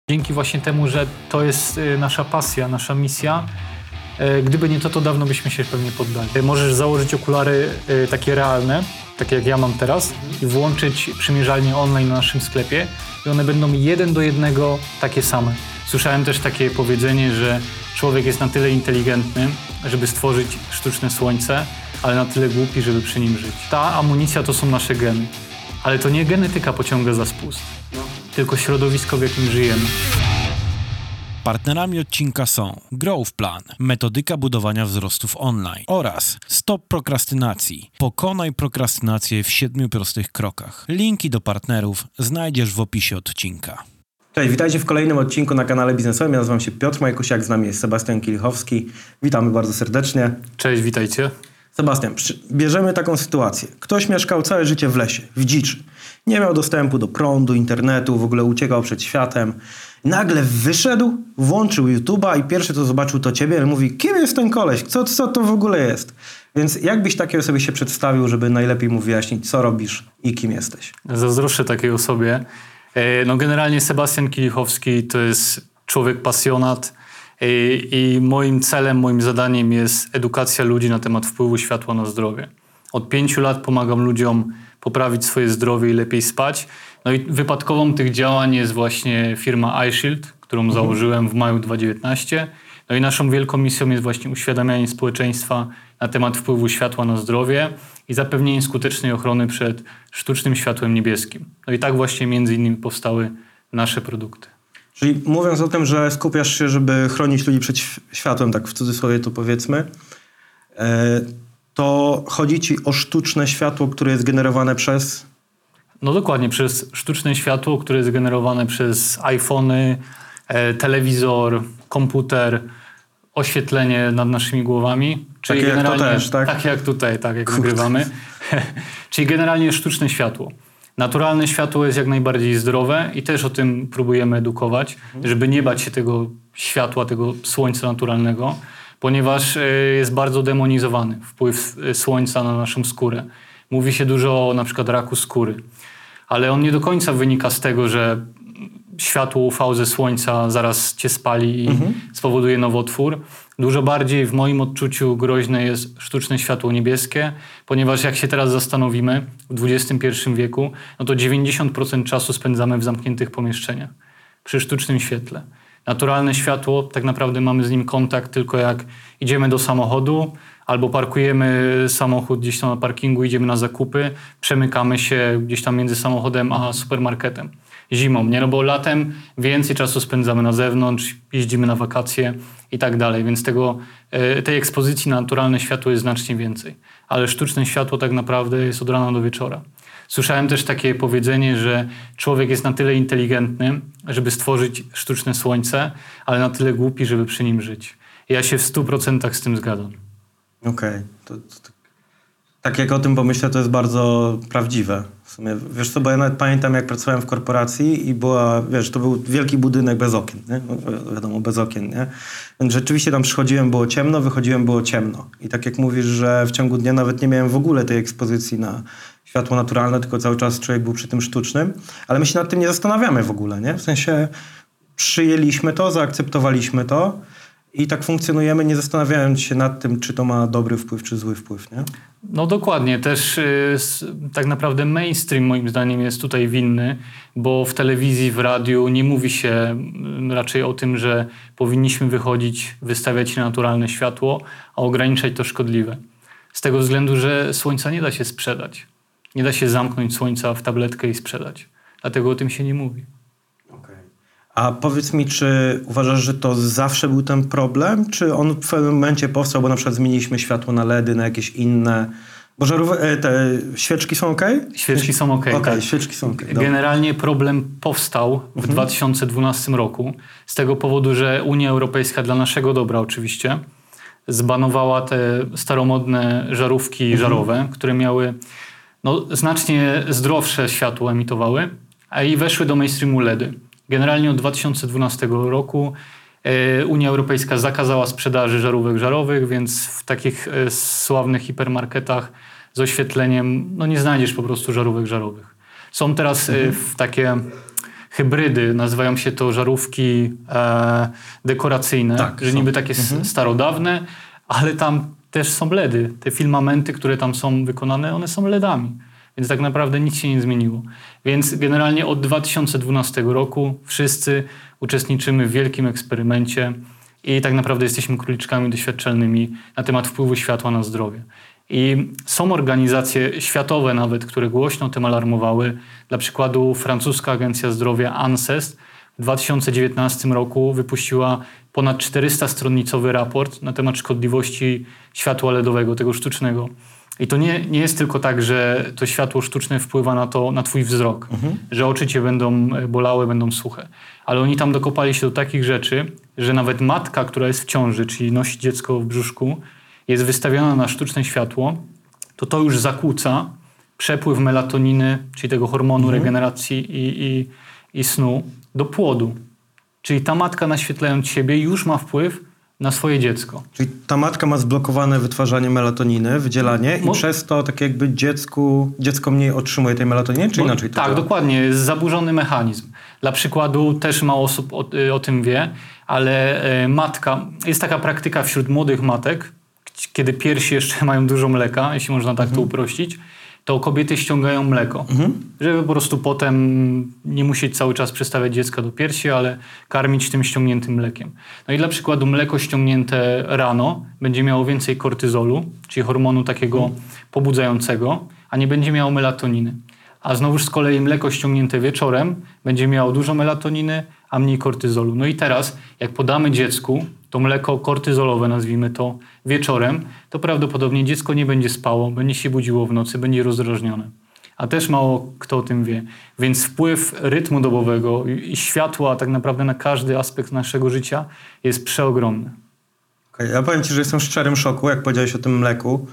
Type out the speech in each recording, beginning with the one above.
Dzięki właśnie temu, że to jest nasza pasja, nasza misja, gdyby nie to, to dawno byśmy się pewnie poddali. Możesz założyć okulary takie realne, takie jak ja mam teraz, i włączyć przymierzalnię online na naszym sklepie i one będą 1:1 takie same. Słyszałem też takie powiedzenie, że człowiek jest na tyle inteligentny, żeby stworzyć sztuczne słońce, ale na tyle głupi, żeby przy nim żyć. Ta amunicja to są nasze geny, ale to nie genetyka pociąga za spust, tylko środowisko, w jakim żyjemy. Partnerami odcinka są Growth Plan, metodyka budowania wzrostów online oraz Stop Prokrastynacji. Pokonaj prokrastynację w 7 prostych krokach. Linki do partnerów znajdziesz w opisie odcinka. Cześć, witajcie w kolejnym odcinku na kanale biznesowym. Ja nazywam się Piotr Majkusiak, z nami jest Sebastian Kielichowski. Witamy bardzo serdecznie. Cześć, witajcie. Sebastian, bierzemy taką sytuację. Ktoś mieszkał całe życie w lesie, w dziczy. Nie miał dostępu do prądu, internetu, w ogóle uciekał przed światem. Nagle wyszedł, włączył YouTube'a i pierwsze co zobaczył to ciebie, ale mówi, kim jest ten koleś? Co to w ogóle jest? Więc jak byś takiej osobie się przedstawił, żeby najlepiej mu wyjaśnić, co robisz i kim jesteś? Zazdroszczę takiej osobie. Generalnie Sebastian Kielichowski to jest człowiek pasjonat i moim celem, moim zadaniem jest edukacja ludzi na temat wpływu światła na zdrowie. Od 5 lat pomagam ludziom poprawić swoje zdrowie i lepiej spać. No i wypadkową tych działań jest właśnie firma iShield, którą założyłem w maju 2019. No i naszą wielką misją jest właśnie uświadamianie społeczeństwa na temat wpływu światła na zdrowie i zapewnienie skutecznej ochrony przed sztucznym światłem niebieskim. No i tak właśnie między innymi powstały nasze produkty. Czyli mówiąc o tym, że skupiasz się, żeby chronić ludzi przed światłem, tak w cudzysłowie to powiedzmy, to chodzi ci o sztuczne światło, które jest generowane przez... No dokładnie, przez sztuczne światło, które jest generowane przez iPhony, telewizor, komputer, oświetlenie nad naszymi głowami. Czyli takie generalnie, jak to też, tak? Tak jak tutaj, tak jak nagrywamy. Czyli generalnie sztuczne światło. Naturalne światło jest jak najbardziej zdrowe i też o tym próbujemy edukować, żeby nie bać się tego światła, tego słońca naturalnego, ponieważ jest bardzo demonizowany wpływ słońca na naszą skórę. Mówi się dużo o na przykład raku skóry, ale on nie do końca wynika z tego, że światło UV ze słońca zaraz cię spali i spowoduje nowotwór. Dużo bardziej w moim odczuciu groźne jest sztuczne światło niebieskie, ponieważ jak się teraz zastanowimy w XXI wieku, no to 90% czasu spędzamy w zamkniętych pomieszczeniach przy sztucznym świetle. Naturalne światło, tak naprawdę mamy z nim kontakt tylko jak idziemy do samochodu albo parkujemy samochód gdzieś tam na parkingu, idziemy na zakupy, przemykamy się gdzieś tam między samochodem a supermarketem. Zimą, nie? No bo latem więcej czasu spędzamy na zewnątrz, jeździmy na wakacje i tak dalej, więc tej ekspozycji na naturalne światło jest znacznie więcej. Ale sztuczne światło tak naprawdę jest od rana do wieczora. Słyszałem też takie powiedzenie, że człowiek jest na tyle inteligentny, żeby stworzyć sztuczne słońce, ale na tyle głupi, żeby przy nim żyć. Ja się w 100% z tym zgadzam. Okej. Tak jak o tym pomyślę, to jest bardzo prawdziwe. W sumie, wiesz co, bo ja nawet pamiętam, jak pracowałem w korporacji i to był wielki budynek bez okien, nie? No, wiadomo, bez okien, nie? Więc rzeczywiście tam przychodziłem, było ciemno, wychodziłem, było ciemno. I tak jak mówisz, że w ciągu dnia nawet nie miałem w ogóle tej ekspozycji na światło naturalne, tylko cały czas człowiek był przy tym sztucznym, ale my się nad tym nie zastanawiamy w ogóle, nie? W sensie przyjęliśmy to, zaakceptowaliśmy to i tak funkcjonujemy, nie zastanawiając się nad tym, czy to ma dobry wpływ, czy zły wpływ, nie? No dokładnie. Też tak naprawdę mainstream moim zdaniem jest tutaj winny, bo w telewizji, w radiu nie mówi się raczej o tym, że powinniśmy wychodzić, wystawiać się na naturalne światło, a ograniczać to szkodliwe. Z tego względu, że słońca nie da się sprzedać. Nie da się zamknąć słońca w tabletkę i sprzedać. Dlatego o tym się nie mówi. A powiedz mi, czy uważasz, że to zawsze był ten problem? Czy on w pewnym momencie powstał, bo na przykład zmieniliśmy światło na LEDy, na jakieś inne... Bo te świeczki są okej? Świeczki są okej, tak. Świeczki są okej. Generalnie problem powstał w 2012 roku z tego powodu, że Unia Europejska dla naszego dobra oczywiście zbanowała te staromodne żarówki żarowe, które miały znacznie zdrowsze światło emitowały, a i weszły do mainstreamu LEDy. Generalnie od 2012 roku Unia Europejska zakazała sprzedaży żarówek żarowych, więc w takich sławnych hipermarketach z oświetleniem nie znajdziesz po prostu żarówek żarowych. Są teraz takie hybrydy, nazywają się to żarówki dekoracyjne, Tak, że są. niby takie starodawne, ale tam też są LEDy. Te filamenty, które tam są wykonane, one są LEDami. Więc tak naprawdę nic się nie zmieniło. Więc generalnie od 2012 roku wszyscy uczestniczymy w wielkim eksperymencie i tak naprawdę jesteśmy króliczkami doświadczalnymi na temat wpływu światła na zdrowie. I są organizacje światowe nawet, które głośno o tym alarmowały. Dla przykładu francuska agencja zdrowia ANSES w 2019 roku wypuściła ponad 400-stronicowy raport na temat szkodliwości światła LEDowego, tego sztucznego. I to nie jest tylko tak, że to światło sztuczne wpływa na twój wzrok, że oczy cię będą bolały, będą suche. Ale oni tam dokopali się do takich rzeczy, że nawet matka, która jest w ciąży, czyli nosi dziecko w brzuszku, jest wystawiona na sztuczne światło, to już zakłóca przepływ melatoniny, czyli tego hormonu regeneracji i snu, do płodu. Czyli ta matka, naświetlając siebie, już ma wpływ na swoje dziecko. Czyli ta matka ma zblokowane wytwarzanie melatoniny, wydzielanie i przez to tak jakby dziecko mniej otrzymuje tej melatoniny, czy inaczej to tak, działa? dokładnie. Jest zaburzony mechanizm. Dla przykładu też mało osób o tym wie, ale matka, jest taka praktyka wśród młodych matek, kiedy piersi jeszcze mają dużo mleka, jeśli można tak to uprościć, to kobiety ściągają mleko, żeby po prostu potem nie musieć cały czas przystawiać dziecka do piersi, ale karmić tym ściągniętym mlekiem. No i dla przykładu mleko ściągnięte rano będzie miało więcej kortyzolu, czyli hormonu takiego pobudzającego, a nie będzie miało melatoniny. A znowuż z kolei mleko ściągnięte wieczorem będzie miało dużo melatoniny, a mniej kortyzolu. No i teraz, jak podamy dziecku to mleko kortyzolowe, nazwijmy to, wieczorem, to prawdopodobnie dziecko nie będzie spało, będzie się budziło w nocy, będzie rozdrażnione. A też mało kto o tym wie. Więc wpływ rytmu dobowego i światła tak naprawdę na każdy aspekt naszego życia jest przeogromny. Okay, ja powiem ci, że jestem w szczerym szoku, jak powiedziałeś o tym mleku,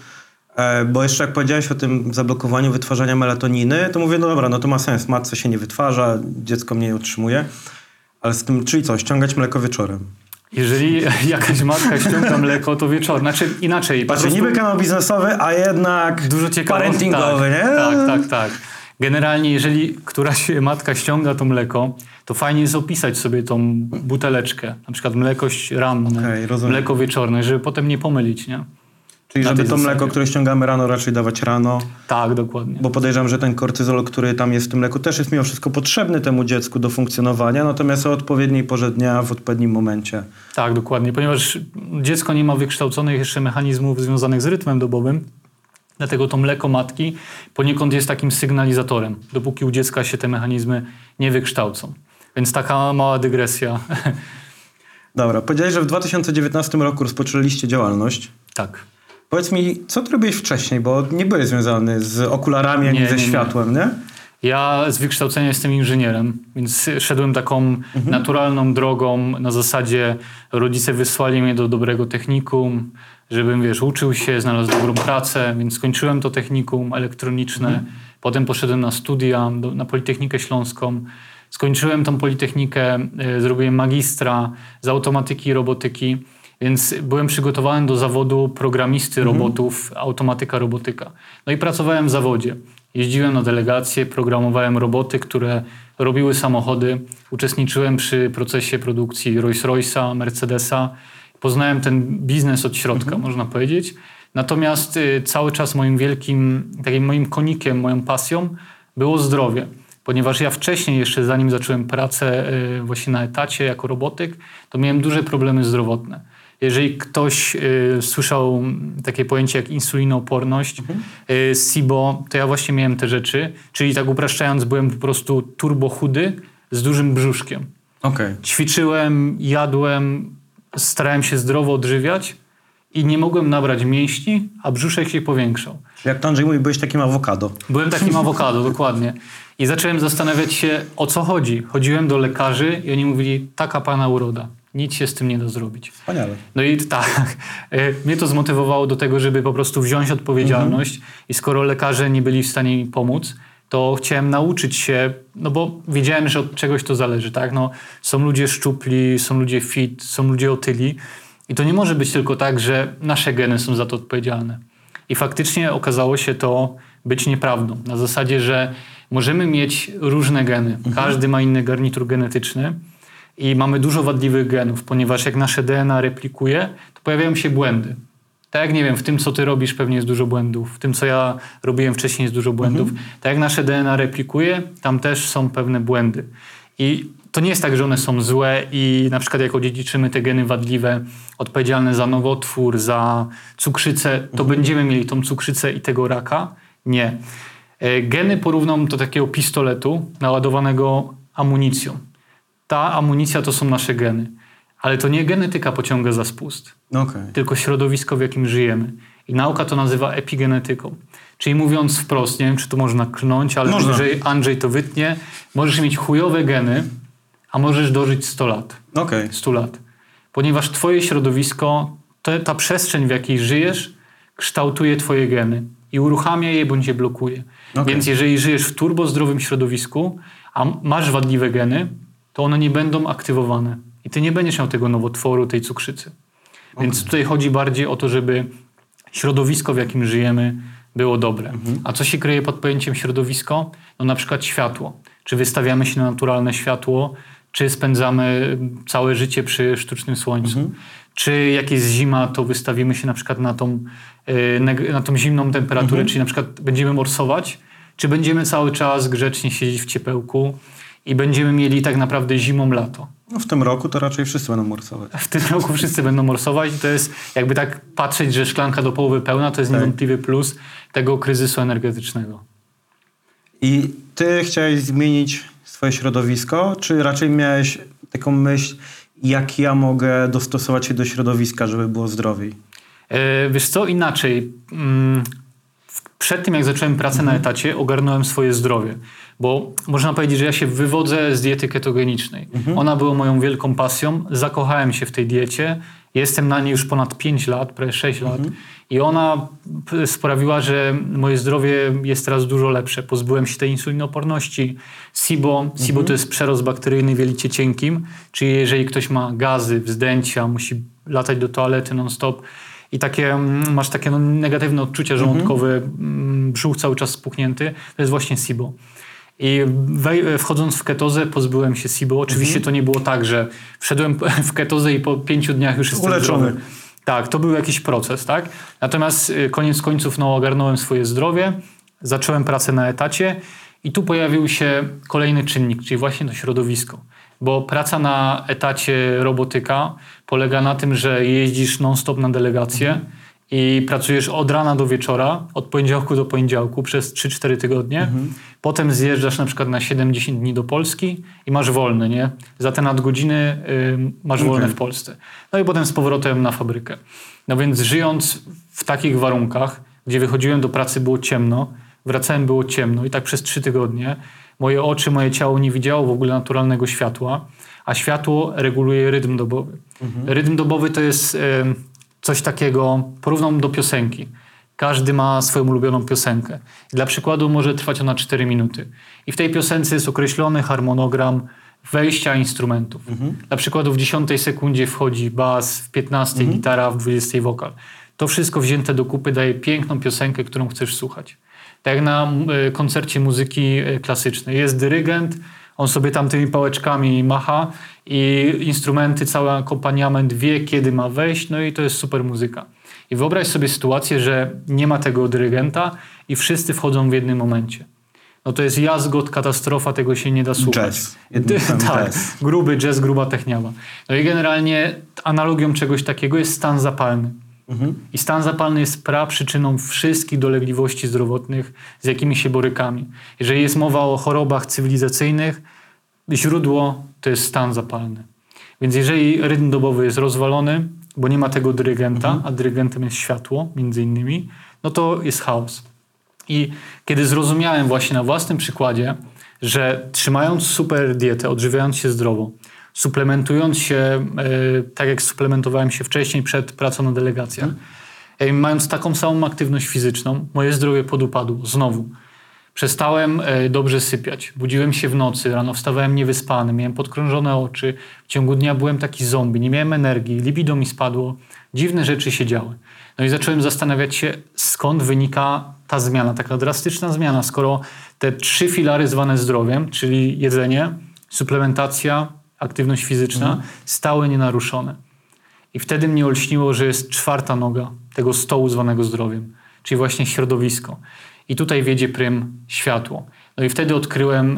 bo jeszcze jak powiedziałeś o tym zablokowaniu wytwarzania melatoniny, to mówię, no dobra, no to ma sens, matce się nie wytwarza, dziecko mniej otrzymuje, ale z tym, czyli co, ściągać mleko wieczorem? Jeżeli jakaś matka ściąga mleko, to wieczorem. Znaczy inaczej. Patrzcie, niby kanał biznesowy, a jednak dużo ciekawe, parentingowy, nie? Tak. Generalnie, jeżeli któraś matka ściąga to mleko, to fajnie jest opisać sobie tą buteleczkę. Na przykład mleko ranne, mleko wieczorne, żeby potem nie pomylić, nie? Czyli żeby to mleko, które ściągamy rano, raczej dawać rano. Tak, dokładnie. Bo podejrzewam, że ten kortyzol, który tam jest w tym mleku, też jest mimo wszystko potrzebny temu dziecku do funkcjonowania, natomiast o odpowiedniej porze dnia, w odpowiednim momencie. Tak, dokładnie. Ponieważ dziecko nie ma wykształconych jeszcze mechanizmów związanych z rytmem dobowym, dlatego to mleko matki poniekąd jest takim sygnalizatorem, dopóki u dziecka się te mechanizmy nie wykształcą. Więc taka mała dygresja. Dobra, powiedziałeś, że w 2019 roku rozpoczęliście działalność. Tak. Powiedz mi, co ty robiłeś wcześniej, bo nie byłeś związany z okularami ani ze światłem, nie? Ja z wykształcenia jestem inżynierem, więc szedłem taką naturalną drogą na zasadzie rodzice wysłali mnie do dobrego technikum, żebym, uczył się, znalazł dobrą pracę, więc skończyłem to technikum elektroniczne. Potem poszedłem na studia, na Politechnikę Śląską. Skończyłem tą Politechnikę, zrobiłem magistra z automatyki i robotyki. Więc byłem przygotowany do zawodu programisty robotów, automatyka, robotyka. No i pracowałem w zawodzie. Jeździłem na delegacje, programowałem roboty, które robiły samochody. Uczestniczyłem przy procesie produkcji Rolls-Royce'a, Mercedesa. Poznałem ten biznes od środka, można powiedzieć. Natomiast cały czas moim moim konikiem, moją pasją było zdrowie. Ponieważ ja wcześniej jeszcze, zanim zacząłem pracę właśnie na etacie jako robotyk, to miałem duże problemy zdrowotne. Jeżeli ktoś słyszał takie pojęcie jak insulinooporność, SIBO, to ja właśnie miałem te rzeczy. Czyli tak upraszczając, byłem po prostu turbo chudy z dużym brzuszkiem. Okay. Ćwiczyłem, jadłem, starałem się zdrowo odżywiać i nie mogłem nabrać mięśni, a brzuszek się powiększał. Jak to Andrzej mówi, byłeś takim awokado. Byłem takim awokado, dokładnie. I zacząłem zastanawiać się, o co chodzi. Chodziłem do lekarzy i oni mówili, taka pana uroda. Nic się z tym nie da zrobić. Wspaniale. No i tak, mnie to zmotywowało do tego, żeby po prostu wziąć odpowiedzialność i skoro lekarze nie byli w stanie mi pomóc, to chciałem nauczyć się, no bo wiedziałem, że od czegoś to zależy, tak? No, są ludzie szczupli, są ludzie fit, są ludzie otyli i to nie może być tylko tak, że nasze geny są za to odpowiedzialne. I faktycznie okazało się to być nieprawdą. Na zasadzie, że możemy mieć różne geny. Każdy ma inny garnitur genetyczny i mamy dużo wadliwych genów, ponieważ jak nasze DNA replikuje, to pojawiają się błędy. Tak jak, nie wiem, w tym, co ty robisz, pewnie jest dużo błędów. W tym, co ja robiłem wcześniej, jest dużo błędów. Tak jak nasze DNA replikuje, tam też są pewne błędy. I to nie jest tak, że one są złe i na przykład jak odziedziczymy te geny wadliwe odpowiedzialne za nowotwór, za cukrzycę, to będziemy mieli tą cukrzycę i tego raka. Nie. Geny porównam do takiego pistoletu naładowanego amunicją. Ta amunicja to są nasze geny. Ale to nie genetyka pociąga za spust, tylko środowisko, w jakim żyjemy. I nauka to nazywa epigenetyką. Czyli mówiąc wprost, nie wiem, czy to można klnąć, ale jeżeli Andrzej to wytnie, możesz mieć chujowe geny, a możesz dożyć 100 lat. 100 lat. Ponieważ twoje środowisko, ta przestrzeń, w jakiej żyjesz, kształtuje twoje geny i uruchamia je bądź je blokuje. Więc jeżeli żyjesz w turbozdrowym środowisku, a masz wadliwe geny, to one nie będą aktywowane. I ty nie będziesz miał tego nowotworu, tej cukrzycy. Więc tutaj chodzi bardziej o to, żeby środowisko, w jakim żyjemy, było dobre. A co się kryje pod pojęciem środowisko? No na przykład światło. Czy wystawiamy się na naturalne światło, czy spędzamy całe życie przy sztucznym słońcu. Czy jak jest zima, to wystawimy się na przykład na tą zimną temperaturę, czyli na przykład będziemy morsować, czy będziemy cały czas grzecznie siedzieć w ciepełku i będziemy mieli tak naprawdę zimą lato. No w tym roku to raczej wszyscy będą morsować. W tym roku wszyscy będą morsować i to jest jakby tak patrzeć, że szklanka do połowy pełna, to jest niewątpliwy plus tego kryzysu energetycznego. I ty chciałeś zmienić swoje środowisko, czy raczej miałeś taką myśl, jak ja mogę dostosować się do środowiska, żeby było zdrowiej? Wiesz co, inaczej. Przed tym, jak zacząłem pracę na etacie, ogarnąłem swoje zdrowie. Bo można powiedzieć, że ja się wywodzę z diety ketogenicznej. Ona była moją wielką pasją. Zakochałem się w tej diecie. Jestem na niej już ponad 5 lat, prawie 6 lat. I ona sprawiła, że moje zdrowie jest teraz dużo lepsze. Pozbyłem się tej insulinoporności. SIBO to jest przerost bakteryjny w jelicie cienkim. Czyli jeżeli ktoś ma gazy, wzdęcia, musi latać do toalety non-stop i masz takie negatywne odczucia żołądkowe, brzuch cały czas spuchnięty, to jest właśnie SIBO. I wchodząc w ketozę pozbyłem się SIBO. Oczywiście to nie było tak, że wszedłem w ketozę i po 5 dniach już jestem zdrowy. Tak, to był jakiś proces, tak? Natomiast koniec końców ogarnąłem swoje zdrowie, zacząłem pracę na etacie i tu pojawił się kolejny czynnik, czyli właśnie to środowisko. Bo praca na etacie robotyka polega na tym, że jeździsz non-stop na delegacje i pracujesz od rana do wieczora, od poniedziałku do poniedziałku przez 3-4 tygodnie. Potem zjeżdżasz na przykład na 7-10 dni do Polski i masz wolne, nie? Za te nadgodziny masz wolne w Polsce. No i potem z powrotem na fabrykę. No więc żyjąc w takich warunkach, gdzie wychodziłem do pracy, było ciemno, wracałem, było ciemno i tak przez 3 tygodnie moje oczy, moje ciało nie widziało w ogóle naturalnego światła, a światło reguluje rytm dobowy. Rytm dobowy to jest coś takiego, porównam do piosenki. Każdy ma swoją ulubioną piosenkę. Dla przykładu może trwać ona 4 minuty. I w tej piosence jest określony harmonogram wejścia instrumentów. Dla przykładu w 10 sekundzie wchodzi bas, w 15 gitara, w 20 wokal. To wszystko wzięte do kupy daje piękną piosenkę, którą chcesz słuchać. Tak jak na koncercie muzyki klasycznej. Jest dyrygent, on sobie tam tymi pałeczkami macha i instrumenty, cały akompaniament wie, kiedy ma wejść, no i to jest super muzyka. I wyobraź sobie sytuację, że nie ma tego dyrygenta i wszyscy wchodzą w jednym momencie. No to jest jazgot, katastrofa, tego się nie da słuchać. Tak, gruby jazz, gruba techniawa. No i generalnie analogią czegoś takiego jest stan zapalny. I stan zapalny jest praprzyczyną wszystkich dolegliwości zdrowotnych, z jakimi się borykamy. Jeżeli jest mowa o chorobach cywilizacyjnych, źródło to jest stan zapalny. Więc jeżeli rytm dobowy jest rozwalony, bo nie ma tego dyrygenta, a dyrygentem jest światło między innymi, no to jest chaos. I kiedy zrozumiałem właśnie na własnym przykładzie, że trzymając super dietę, odżywiając się zdrowo, suplementując się tak jak suplementowałem się wcześniej przed pracą na delegacjach, mając taką samą aktywność fizyczną, moje zdrowie podupadło znowu. Przestałem dobrze sypiać. Budziłem się w nocy, rano wstawałem niewyspany, miałem podkrążone oczy. W ciągu dnia byłem taki zombie, nie miałem energii, libido mi spadło. Dziwne rzeczy się działy. No i zacząłem zastanawiać się, skąd wynika ta zmiana, taka drastyczna zmiana, skoro te 3 filary zwane zdrowiem, czyli jedzenie, suplementacja, aktywność fizyczna, stały nienaruszone. I wtedy mnie olśniło, że jest 4. noga tego stołu zwanego zdrowiem, czyli właśnie środowisko. I tutaj wiedzie prym światło. No i wtedy odkryłem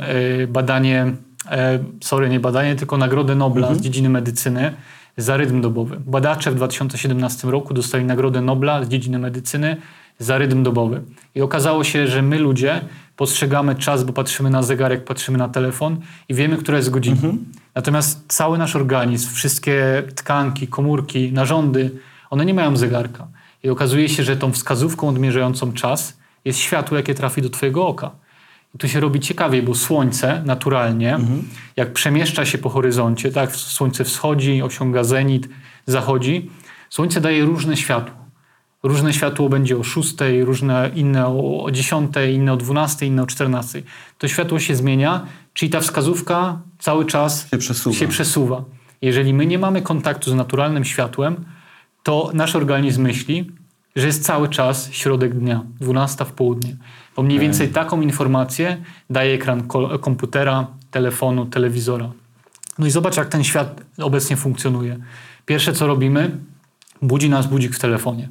tylko Nagrodę Nobla z dziedziny medycyny za rytm dobowy. Badacze w 2017 roku dostali Nagrodę Nobla z dziedziny medycyny za rytm dobowy. I okazało się, że my ludzie postrzegamy czas, bo patrzymy na zegarek, patrzymy na telefon i wiemy, która jest godzina. Natomiast cały nasz organizm, wszystkie tkanki, komórki, narządy, one nie mają zegarka. I okazuje się, że tą wskazówką odmierzającą czas jest światło, jakie trafi do twojego oka. I tu się robi ciekawiej, bo słońce naturalnie, jak przemieszcza się po horyzoncie, tak, słońce wschodzi, osiąga zenit, zachodzi, słońce daje różne światło. Różne światło będzie o 6, różne inne o 10, inne o 12, inne o 14. To światło się zmienia, czyli ta wskazówka cały czas się przesuwa. Jeżeli my nie mamy kontaktu z naturalnym światłem, to nasz organizm myśli, że jest cały czas środek dnia, 12 w południe. Bo mniej więcej taką informację daje ekran komputera, telefonu, telewizora. No i zobacz, jak ten świat obecnie funkcjonuje. Pierwsze, co robimy, budzi nas budzik w telefonie.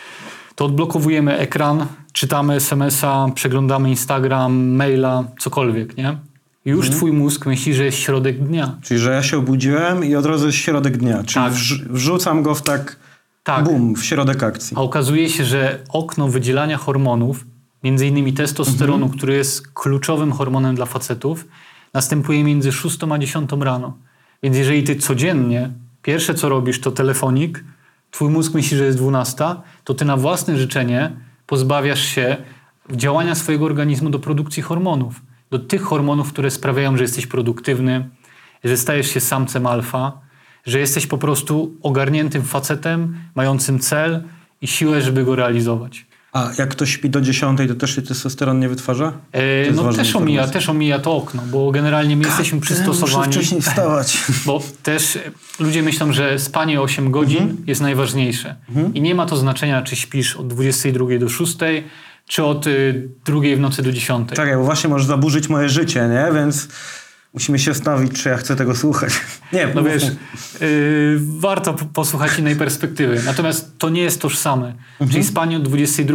To odblokowujemy ekran, czytamy SMS-a, przeglądamy Instagram, maila, cokolwiek, nie? I już twój mózg myśli, że jest środek dnia. Czyli, że ja się obudziłem i od razu jest środek dnia. Czyli tak. Wrzucam go w bum, w środek akcji. A okazuje się, że okno wydzielania hormonów, między innymi testosteronu, który jest kluczowym hormonem dla facetów, następuje między 6 a 10 rano. Więc jeżeli ty codziennie pierwsze, co robisz, to telefonik, twój mózg myśli, że jest 12, to ty na własne życzenie pozbawiasz się działania swojego organizmu do produkcji hormonów. Do tych hormonów, które sprawiają, że jesteś produktywny, że stajesz się samcem alfa, że jesteś po prostu ogarniętym facetem, mającym cel i siłę, żeby go realizować. A jak ktoś śpi do 10, to też się testosteron nie wytwarza? No też omija to okno, bo generalnie my jesteśmy przystosowani. Muszę wcześniej wstawać. Bo też ludzie myślą, że spanie 8 godzin jest najważniejsze. I nie ma to znaczenia, czy śpisz od 22 do 6, czy od 2 w nocy do 10. Czekaj, bo właśnie możesz zaburzyć moje życie, nie? Więc musimy się zastanowić, czy ja chcę tego słuchać. Nie, no wiesz, warto posłuchać innej perspektywy. Natomiast to nie jest tożsame. Czyli spanie od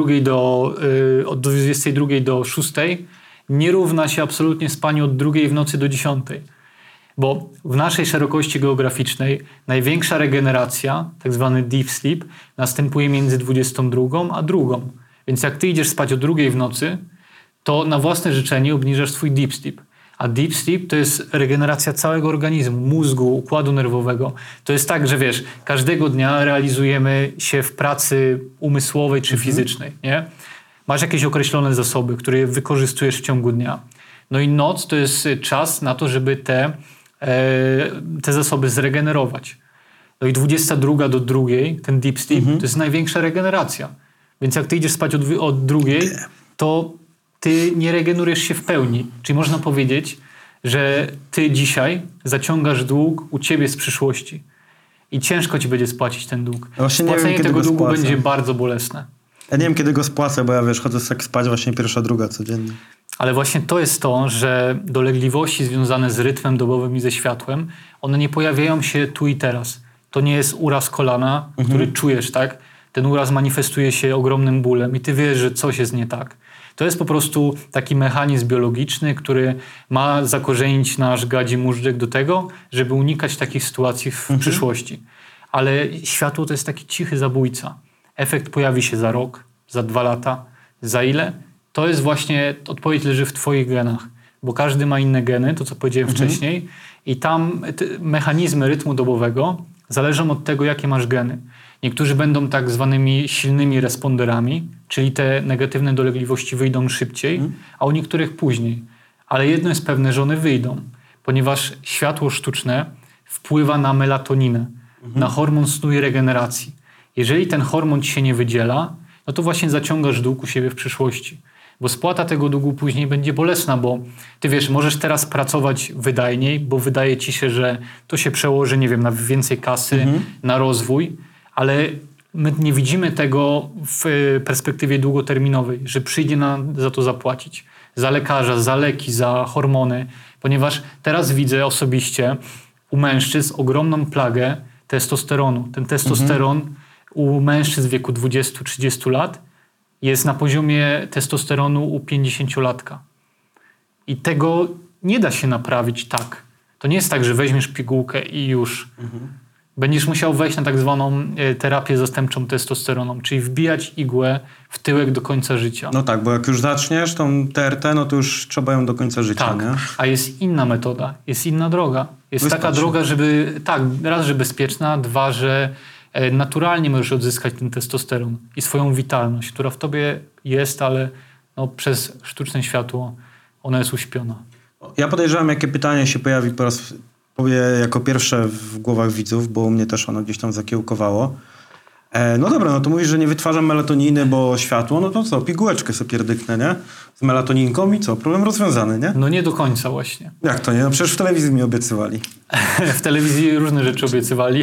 22 do 6 nie równa się absolutnie spaniu od 2 w nocy do 10. Bo w naszej szerokości geograficznej największa regeneracja, tak zwany deep sleep, następuje między 22 a 2. Więc jak ty idziesz spać o 2 w nocy, to na własne życzenie obniżasz swój deep sleep. A deep sleep to jest regeneracja całego organizmu, mózgu, układu nerwowego. To jest tak, że wiesz, każdego dnia realizujemy się w pracy umysłowej czy fizycznej, nie? Masz jakieś określone zasoby, które wykorzystujesz w ciągu dnia. No i noc to jest czas na to, żeby te zasoby zregenerować. No i 22 do 2, ten deep sleep, to jest największa regeneracja. Więc jak ty idziesz spać od 2, to ty nie regenerujesz się w pełni. Czyli można powiedzieć, że ty dzisiaj zaciągasz dług u ciebie z przyszłości. I ciężko ci będzie spłacić ten dług. Spłacenie tego długu będzie bardzo bolesne. Ja nie wiem, kiedy go spłacę, bo ja chodzę tak spać właśnie 1, 2 codziennie. Ale właśnie to jest to, że dolegliwości związane z rytmem dobowym i ze światłem, one nie pojawiają się tu i teraz. To nie jest uraz kolana, który czujesz, tak? Ten uraz manifestuje się ogromnym bólem i ty wiesz, że coś jest nie tak. To jest po prostu taki mechanizm biologiczny, który ma zakorzenić nasz gadzi móżdżek do tego, żeby unikać takich sytuacji w przyszłości. Ale światło to jest taki cichy zabójca. Efekt pojawi się za rok, za 2 lata, za ile? To jest właśnie, odpowiedź leży w twoich genach, bo każdy ma inne geny, to co powiedziałem wcześniej, i tam mechanizmy rytmu dobowego zależą od tego, jakie masz geny. Niektórzy będą tak zwanymi silnymi responderami, czyli te negatywne dolegliwości wyjdą szybciej, a u niektórych później. Ale jedno jest pewne, że one wyjdą, ponieważ światło sztuczne wpływa na melatoninę, na hormon snu i regeneracji. Jeżeli ten hormon ci się nie wydziela, no to właśnie zaciągasz dług u siebie w przyszłości. Bo spłata tego długu później będzie bolesna, bo ty wiesz, możesz teraz pracować wydajniej, bo wydaje ci się, że to się przełoży, nie wiem, na więcej kasy, na rozwój, ale my nie widzimy tego w perspektywie długoterminowej, że przyjdzie za to zapłacić. Za lekarza, za leki, za hormony, ponieważ teraz widzę osobiście u mężczyzn ogromną plagę testosteronu. Ten testosteron u mężczyzn w wieku 20-30 lat jest na poziomie testosteronu u 50-latka. I tego nie da się naprawić tak. To nie jest tak, że weźmiesz pigułkę i już. Będziesz musiał wejść na tak zwaną terapię zastępczą testosteroną, czyli wbijać igłę w tyłek do końca życia. No tak, bo jak już zaczniesz tą TRT, no to już trzeba ją do końca życia, tak, nie? A jest inna metoda, jest inna droga. Jest taka droga, żeby, raz, że bezpieczna, dwa, że naturalnie możesz odzyskać ten testosteron i swoją witalność, która w tobie jest, ale przez sztuczne światło ona jest uśpiona. Ja podejrzewam, jakie pytanie się pojawi jako pierwsze w głowach widzów, bo u mnie też ono gdzieś tam zakiełkowało. No dobra, no to mówisz, że nie wytwarzam melatoniny, bo światło, no to co, pigułeczkę sobie pierdyknę, nie? Z melatoninką i co? Problem rozwiązany, nie? No nie do końca właśnie. Jak to nie? No przecież w telewizji mi obiecywali. W telewizji różne rzeczy obiecywali.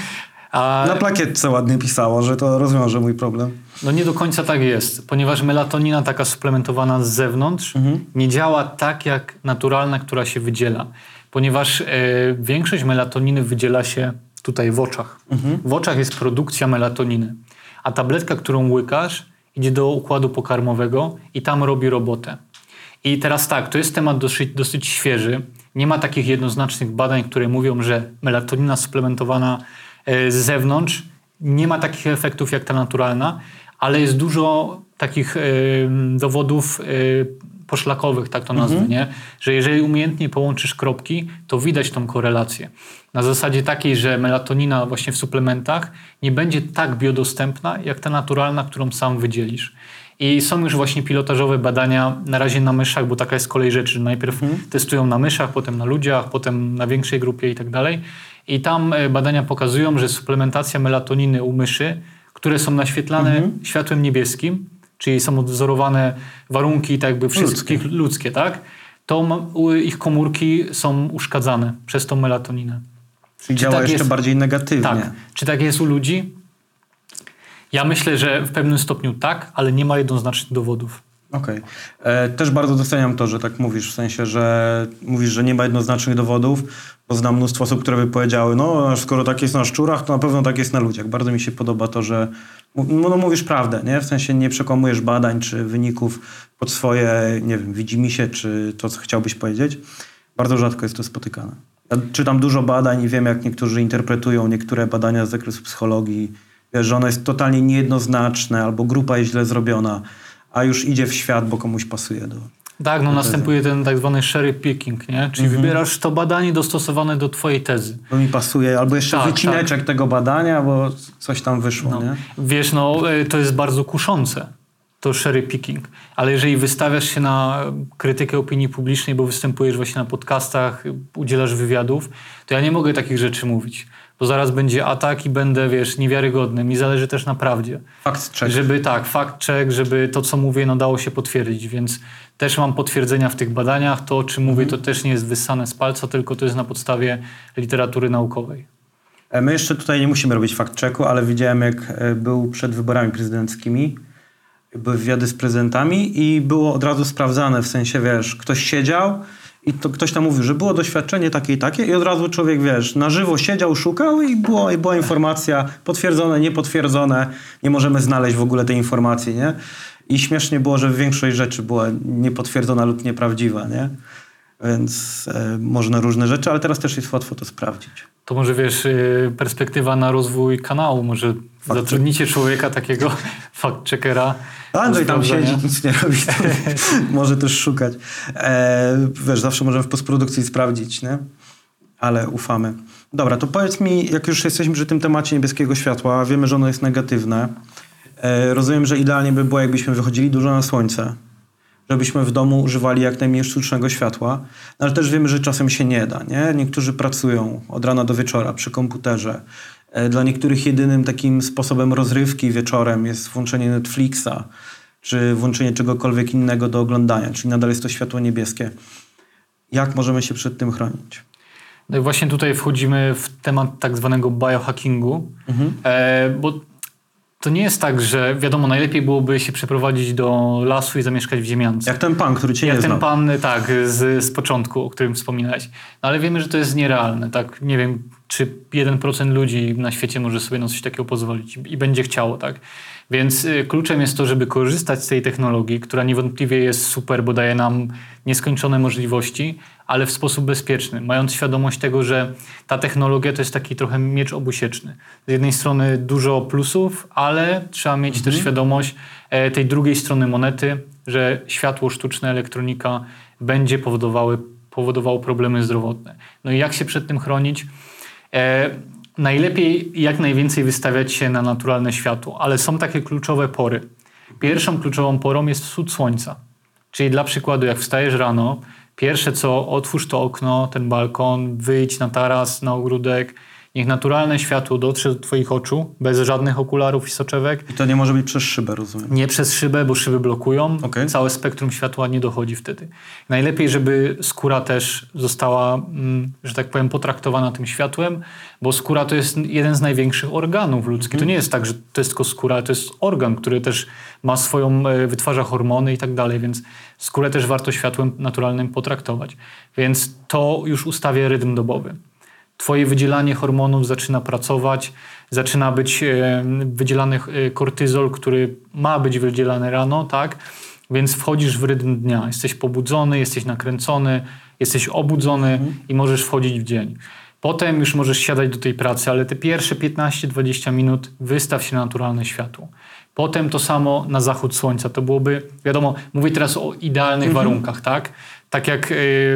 Na plakietce ładnie pisało, że to rozwiąże mój problem. No nie do końca tak jest, ponieważ melatonina taka suplementowana z zewnątrz nie działa tak jak naturalna, która się wydziela. Ponieważ większość melatoniny wydziela się tutaj w oczach. W oczach jest produkcja melatoniny. A tabletka, którą łykasz, idzie do układu pokarmowego i tam robi robotę. I teraz tak, to jest temat dosyć świeży. Nie ma takich jednoznacznych badań, które mówią, że melatonina suplementowana z zewnątrz nie ma takich efektów jak ta naturalna, ale jest dużo takich dowodów poszlakowych, tak to nazwę, nie? Że jeżeli umiejętnie połączysz kropki, to widać tą korelację. Na zasadzie takiej, że melatonina właśnie w suplementach nie będzie tak biodostępna, jak ta naturalna, którą sam wydzielisz. I są już właśnie pilotażowe badania, na razie na myszach, bo taka jest kolej rzeczy, że najpierw testują na myszach, potem na ludziach, potem na większej grupie i tak dalej. I tam badania pokazują, że suplementacja melatoniny u myszy, które są naświetlane światłem niebieskim, czyli są odwzorowane warunki tak jakby wszystkich ludzkie, tak? To ich komórki są uszkadzane przez tą melatoninę. Czyli działa tak jeszcze bardziej negatywnie. Tak. Czy tak jest u ludzi? Ja myślę, że w pewnym stopniu tak, ale nie ma jednoznacznych dowodów. Okej. Też bardzo doceniam to, że tak mówisz, w sensie, że mówisz, że nie ma jednoznacznych dowodów, bo znam mnóstwo osób, które by powiedziały, no skoro tak jest na szczurach, to na pewno tak jest na ludziach. Bardzo mi się podoba to, że mówisz prawdę, nie? W sensie nie przekłamujesz badań czy wyników pod swoje, nie wiem, widzimisię, czy to, co chciałbyś powiedzieć. Bardzo rzadko jest to spotykane. Ja czytam dużo badań i wiem, jak niektórzy interpretują niektóre badania z zakresu psychologii. Wiesz, że ono jest totalnie niejednoznaczne albo grupa jest źle zrobiona, a już idzie w świat, bo komuś pasuje do... Tak, następuje ten tak zwany cherry picking, nie? Czyli wybierasz to badanie dostosowane do twojej tezy. Bo mi pasuje, albo jeszcze wycineczek tego badania, bo coś tam wyszło, nie? Wiesz, to jest bardzo kuszące, to cherry picking. Ale jeżeli wystawiasz się na krytykę opinii publicznej, bo występujesz właśnie na podcastach, udzielasz wywiadów, to ja nie mogę takich rzeczy mówić. Bo zaraz będzie atak i będę, niewiarygodny. Mi zależy też na prawdzie. Fact check. Fact check, żeby to, co mówię, dało się potwierdzić. Więc też mam potwierdzenia w tych badaniach. To, o czym mówię, to też nie jest wyssane z palca, tylko to jest na podstawie literatury naukowej. My jeszcze tutaj nie musimy robić fact checku, ale widziałem, jak był przed wyborami prezydenckimi, były wywiady z prezydentami i było od razu sprawdzane, w sensie, ktoś siedział i to ktoś tam mówił, że było doświadczenie takie i takie i od razu człowiek, na żywo siedział, szukał i była informacja potwierdzone, niepotwierdzone. Nie możemy znaleźć w ogóle tej informacji, nie? I śmiesznie było, że większość rzeczy była niepotwierdzona lub nieprawdziwa, nie? Więc można różne rzeczy, ale teraz też jest łatwo to sprawdzić. To może perspektywa na rozwój kanału, może zatrudnicie człowieka takiego fact-checkera. Andrzej tam siedzi, nic nie robi. Może też szukać. Zawsze możemy w postprodukcji sprawdzić, nie? Ale ufamy. Dobra, to powiedz mi, jak już jesteśmy przy tym temacie niebieskiego światła, wiemy, że ono jest negatywne. Rozumiem, że idealnie by było, jakbyśmy wychodzili dużo na słońce, żebyśmy w domu używali jak najmniej sztucznego światła, ale też wiemy, że czasem się nie da, nie? Niektórzy pracują od rana do wieczora przy komputerze. Dla niektórych jedynym takim sposobem rozrywki wieczorem jest włączenie Netflixa czy włączenie czegokolwiek innego do oglądania, czyli nadal jest to światło niebieskie. Jak możemy się przed tym chronić? No i właśnie tutaj wchodzimy w temat tak zwanego biohackingu, bo to nie jest tak, że wiadomo, najlepiej byłoby się przeprowadzić do lasu i zamieszkać w ziemiance. Jak ten pan, który cię nie znał. Jak ten pan, tak, z początku, o którym wspominałeś. No ale wiemy, że to jest nierealne, tak? Nie wiem, czy 1% ludzi na świecie może sobie na coś takiego pozwolić i będzie chciało, tak? Więc kluczem jest to, żeby korzystać z tej technologii, która niewątpliwie jest super, bo daje nam nieskończone możliwości, ale w sposób bezpieczny, mając świadomość tego, że ta technologia to jest taki trochę miecz obusieczny. Z jednej strony dużo plusów, ale trzeba mieć też świadomość tej drugiej strony monety, że światło sztuczne, elektronika będzie powodowało problemy zdrowotne. No i jak się przed tym chronić? Najlepiej jak najwięcej wystawiać się na naturalne światło, ale są takie kluczowe pory. Pierwszą kluczową porą jest wschód słońca. Czyli dla przykładu, jak wstajesz rano, pierwsze co, otwórz to okno, ten balkon, wyjdź na taras, na ogródek, niech naturalne światło dotrze do twoich oczu, bez żadnych okularów i soczewek. I to nie może być przez szybę, rozumiem? Nie przez szybę, bo szyby blokują. Okay. Całe spektrum światła nie dochodzi wtedy. Najlepiej, żeby skóra też została, że tak powiem, potraktowana tym światłem, bo skóra to jest jeden z największych organów ludzkich. To nie jest tak, że to jest tylko skóra, ale to jest organ, który też ma wytwarza hormony i tak dalej, więc skórę też warto światłem naturalnym potraktować. Więc to już ustawia rytm dobowy. Twoje wydzielanie hormonów zaczyna pracować, zaczyna być wydzielany kortyzol, który ma być wydzielany rano, tak? Więc wchodzisz w rytm dnia. Jesteś pobudzony, jesteś nakręcony, jesteś obudzony i możesz wchodzić w dzień. Potem już możesz siadać do tej pracy, ale te pierwsze 15-20 minut wystaw się na naturalne światło. Potem to samo na zachód słońca. To byłoby, wiadomo, mówię teraz o idealnych warunkach, tak? Tak jak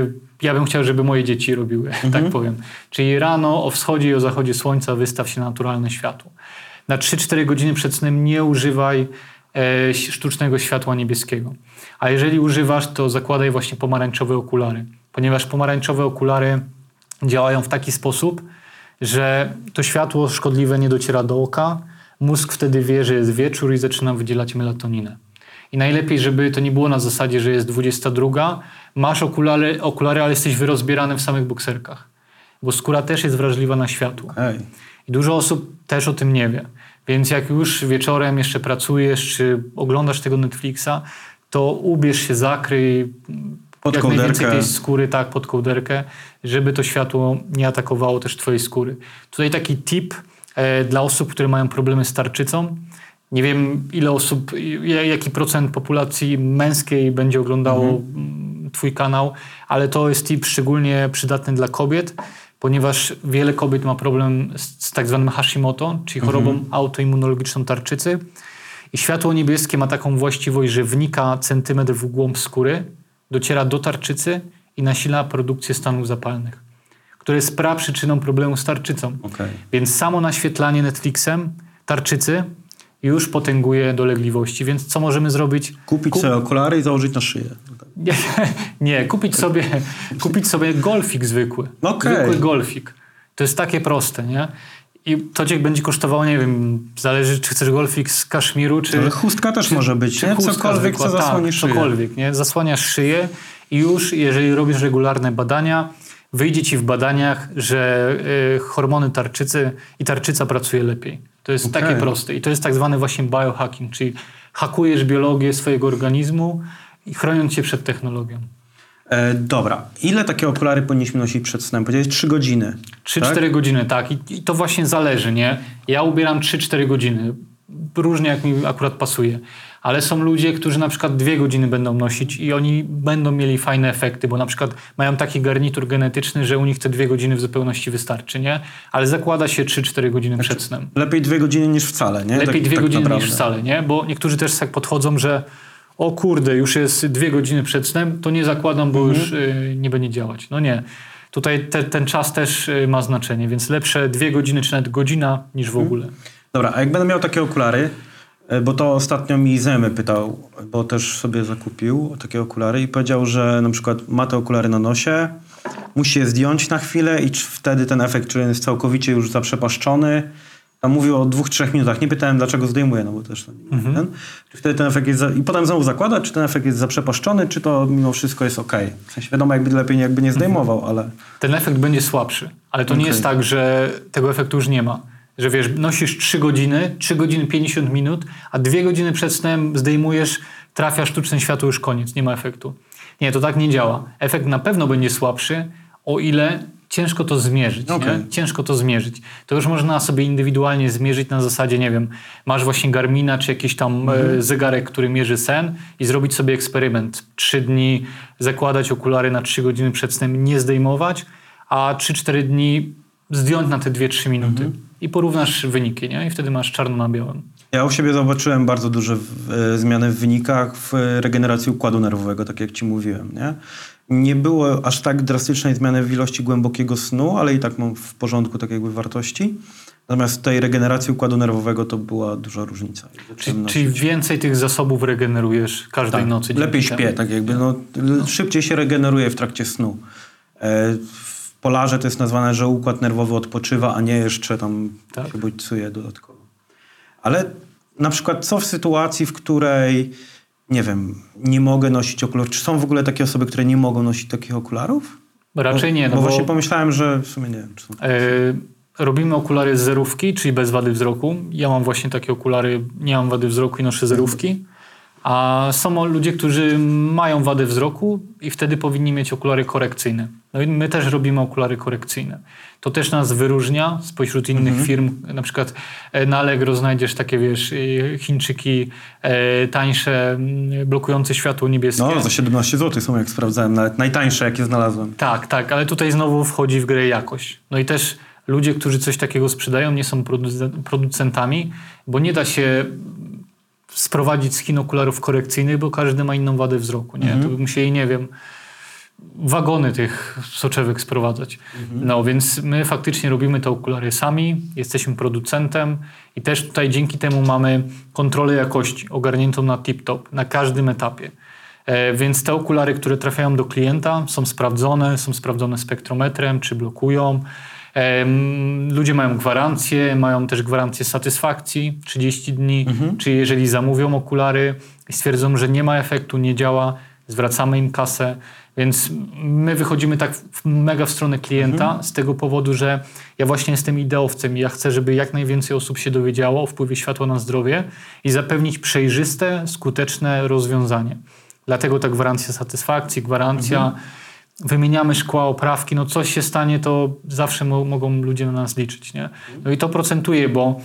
ja bym chciał, żeby moje dzieci robiły, tak powiem. Czyli rano o wschodzie i o zachodzie słońca wystaw się na naturalne światło. Na 3-4 godziny przed snem nie używaj sztucznego światła niebieskiego. A jeżeli używasz, to zakładaj właśnie pomarańczowe okulary. Ponieważ pomarańczowe okulary działają w taki sposób, że to światło szkodliwe nie dociera do oka, mózg wtedy wie, że jest wieczór i zaczyna wydzielać melatoninę. I najlepiej, żeby to nie było na zasadzie, że jest 22, masz okulary, ale jesteś wyrozbierany w samych bokserkach. Bo skóra też jest wrażliwa na światło. Ej. I dużo osób też o tym nie wie. Więc jak już wieczorem jeszcze pracujesz, czy oglądasz tego Netflixa, to ubierz się, zakryj pod jak kołderkę. najwięcej tej skóry, tak, pod kołderkę, żeby to światło nie atakowało też twojej skóry. Tutaj taki tip dla osób, które mają problemy z tarczycą. Nie wiem, ile osób, jaki procent populacji męskiej będzie oglądało twój kanał, ale to jest tip szczególnie przydatny dla kobiet, ponieważ wiele kobiet ma problem z tak zwanym Hashimoto, czyli chorobą autoimmunologiczną tarczycy. I światło niebieskie ma taką właściwość, że wnika centymetr w głąb skóry, dociera do tarczycy i nasila produkcję stanów zapalnych, które jest praprzyczyną problemu z tarczycą. Okay. Więc samo naświetlanie Netflixem tarczycy już potęguje dolegliwości. Więc co możemy zrobić? Kupić sobie okulary i założyć na szyję. Nie, kupić sobie golfik zwykły. Okay. Zwykły golfik. To jest takie proste, nie? I to cię będzie kosztowało, nie wiem, zależy czy chcesz golfik z kaszmiru, czy... Ale chustka też może być, nie? Cokolwiek, co zasłoni szyję. Cokolwiek, nie? Zasłaniasz szyję i już, jeżeli robisz regularne badania, wyjdzie ci w badaniach, że hormony tarczycy i tarczyca pracuje lepiej. To jest takie proste. I to jest tak zwany właśnie biohacking, czyli hakujesz biologię swojego organizmu i chroniąc się przed technologią. Dobra. Ile takie okulary powinniśmy nosić przed snem? Powiedziałeś 3 godziny. 3-4 godziny, tak. I to właśnie zależy, nie? Ja ubieram 3-4 godziny. Różnie jak mi akurat pasuje. Ale są ludzie, którzy na przykład 2 godziny będą nosić i oni będą mieli fajne efekty, bo na przykład mają taki garnitur genetyczny, że u nich te 2 godziny w zupełności wystarczy, nie? Ale zakłada się 3-4 godziny przed snem. Lepiej 2 godziny niż wcale, nie? Lepiej 2 godziny naprawdę. niż wcale, nie? Bo niektórzy też tak podchodzą, że o kurde, już jest 2 godziny przed snem, to nie zakładam, bo już nie będzie działać. No nie. Tutaj ten czas też ma znaczenie, więc lepsze 2 godziny czy nawet godzina niż w ogóle. Dobra, a jak będę miał takie okulary, bo to ostatnio mi znajomy pytał, bo też sobie zakupił takie okulary i powiedział, że na przykład ma te okulary na nosie, musi je zdjąć na chwilę i wtedy ten efekt, czyli jest całkowicie już zaprzepaszczony Tam mówił o 2-3 minutach. Nie pytałem, dlaczego zdejmuje, no bo też ten. Czy wtedy ten efekt jest... I potem znowu zakłada, czy ten efekt jest zaprzepaszczony, czy to mimo wszystko jest okej. W sensie wiadomo, jakby lepiej jakby nie zdejmował, ale... Ten efekt będzie słabszy, ale to nie jest tak, że tego efektu już nie ma. Że wiesz, nosisz 3 godziny 50 minut, a 2 godziny przed snem zdejmujesz, trafia sztuczne światło, już koniec, nie ma efektu. Nie, to tak nie działa. Efekt na pewno będzie słabszy, o ile ciężko to zmierzyć. Nie? Ciężko to zmierzyć. To już można sobie indywidualnie zmierzyć na zasadzie, nie wiem, masz właśnie Garmina czy jakiś tam zegarek, który mierzy sen i zrobić sobie eksperyment. 3 dni zakładać okulary na 3 godziny przed snem, nie zdejmować, a 3-4 dni zdjąć na te 2-3 minuty i porównasz wyniki, nie? I wtedy masz czarno na białym. Ja u siebie zobaczyłem bardzo duże zmiany w wynikach w regeneracji układu nerwowego, tak jak ci mówiłem, nie? Nie było aż tak drastycznej zmiany w ilości głębokiego snu, ale i tak mam w porządku tak jakby wartości. Natomiast w tej regeneracji układu nerwowego to była duża różnica. Czyli więcej tych zasobów regenerujesz każdej nocy? Lepiej śpię, tak jakby. Szybciej się regeneruje w trakcie snu. W polarze to jest nazwane, że układ nerwowy odpoczywa, a nie jeszcze tam się bodźcuje dodatkowo. Ale na przykład co w sytuacji, w której nie wiem, nie mogę nosić okularów? Czy są w ogóle takie osoby, które nie mogą nosić takich okularów? Raczej nie. Bo właśnie pomyślałem, że w sumie nie wiem. Czy są... Robimy okulary z zerówki, czyli bez wady wzroku. Ja mam właśnie takie okulary, nie mam wady wzroku i noszę zerówki. A są ludzie, którzy mają wadę wzroku i wtedy powinni mieć okulary korekcyjne. No i my też robimy okulary korekcyjne. To też nas wyróżnia spośród innych firm. Na przykład na Allegro znajdziesz takie, wiesz, Chińczyki tańsze, blokujące światło niebieskie. No, za 17 zł są, jak sprawdzałem, nawet najtańsze, jakie znalazłem. Tak, ale tutaj znowu wchodzi w grę jakość. No i też ludzie, którzy coś takiego sprzedają, nie są producentami, bo nie da się sprowadzić z Chin okularów korekcyjnych, bo każdy ma inną wadę wzroku. Nie? To by musieli, nie wiem, wagony tych soczewek sprowadzać. No więc my faktycznie robimy te okulary sami, jesteśmy producentem i też tutaj dzięki temu mamy kontrolę jakości ogarniętą na tip-top, na każdym etapie. Więc te okulary, które trafiają do klienta, są sprawdzone spektrometrem, czy blokują. Ludzie mają gwarancję, mają też gwarancję satysfakcji 30 dni, czyli jeżeli zamówią okulary i stwierdzą, że nie ma efektu, nie działa, zwracamy im kasę, więc my wychodzimy tak mega w stronę klienta z tego powodu, że ja właśnie jestem ideowcem i ja chcę, żeby jak najwięcej osób się dowiedziało o wpływie światła na zdrowie i zapewnić przejrzyste, skuteczne rozwiązanie. Dlatego ta gwarancja satysfakcji, gwarancja wymieniamy szkła, oprawki, no coś się stanie, to zawsze mogą ludzie na nas liczyć, nie? No i to procentuje, bo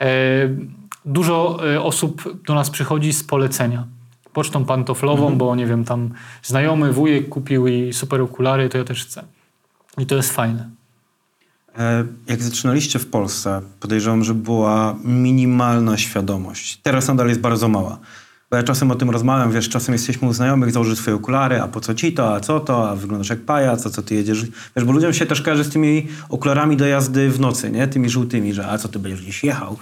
dużo osób do nas przychodzi z polecenia. Pocztą pantoflową, bo nie wiem, tam znajomy wujek kupił i super okulary, to ja też chcę. I to jest fajne. Jak zaczynaliście w Polsce, podejrzewam, że była minimalna świadomość. Teraz nadal jest bardzo mała. Bo ja czasem o tym rozmawiam, wiesz, czasem jesteśmy u znajomych, założyć swoje okulary, a po co ci to, a co to, a wyglądasz jak pajac, a co ty jedziesz? Wiesz, bo ludziom się też kojarzy z tymi okularami do jazdy w nocy, nie? Tymi żółtymi, że a co ty będziesz gdzieś jechał?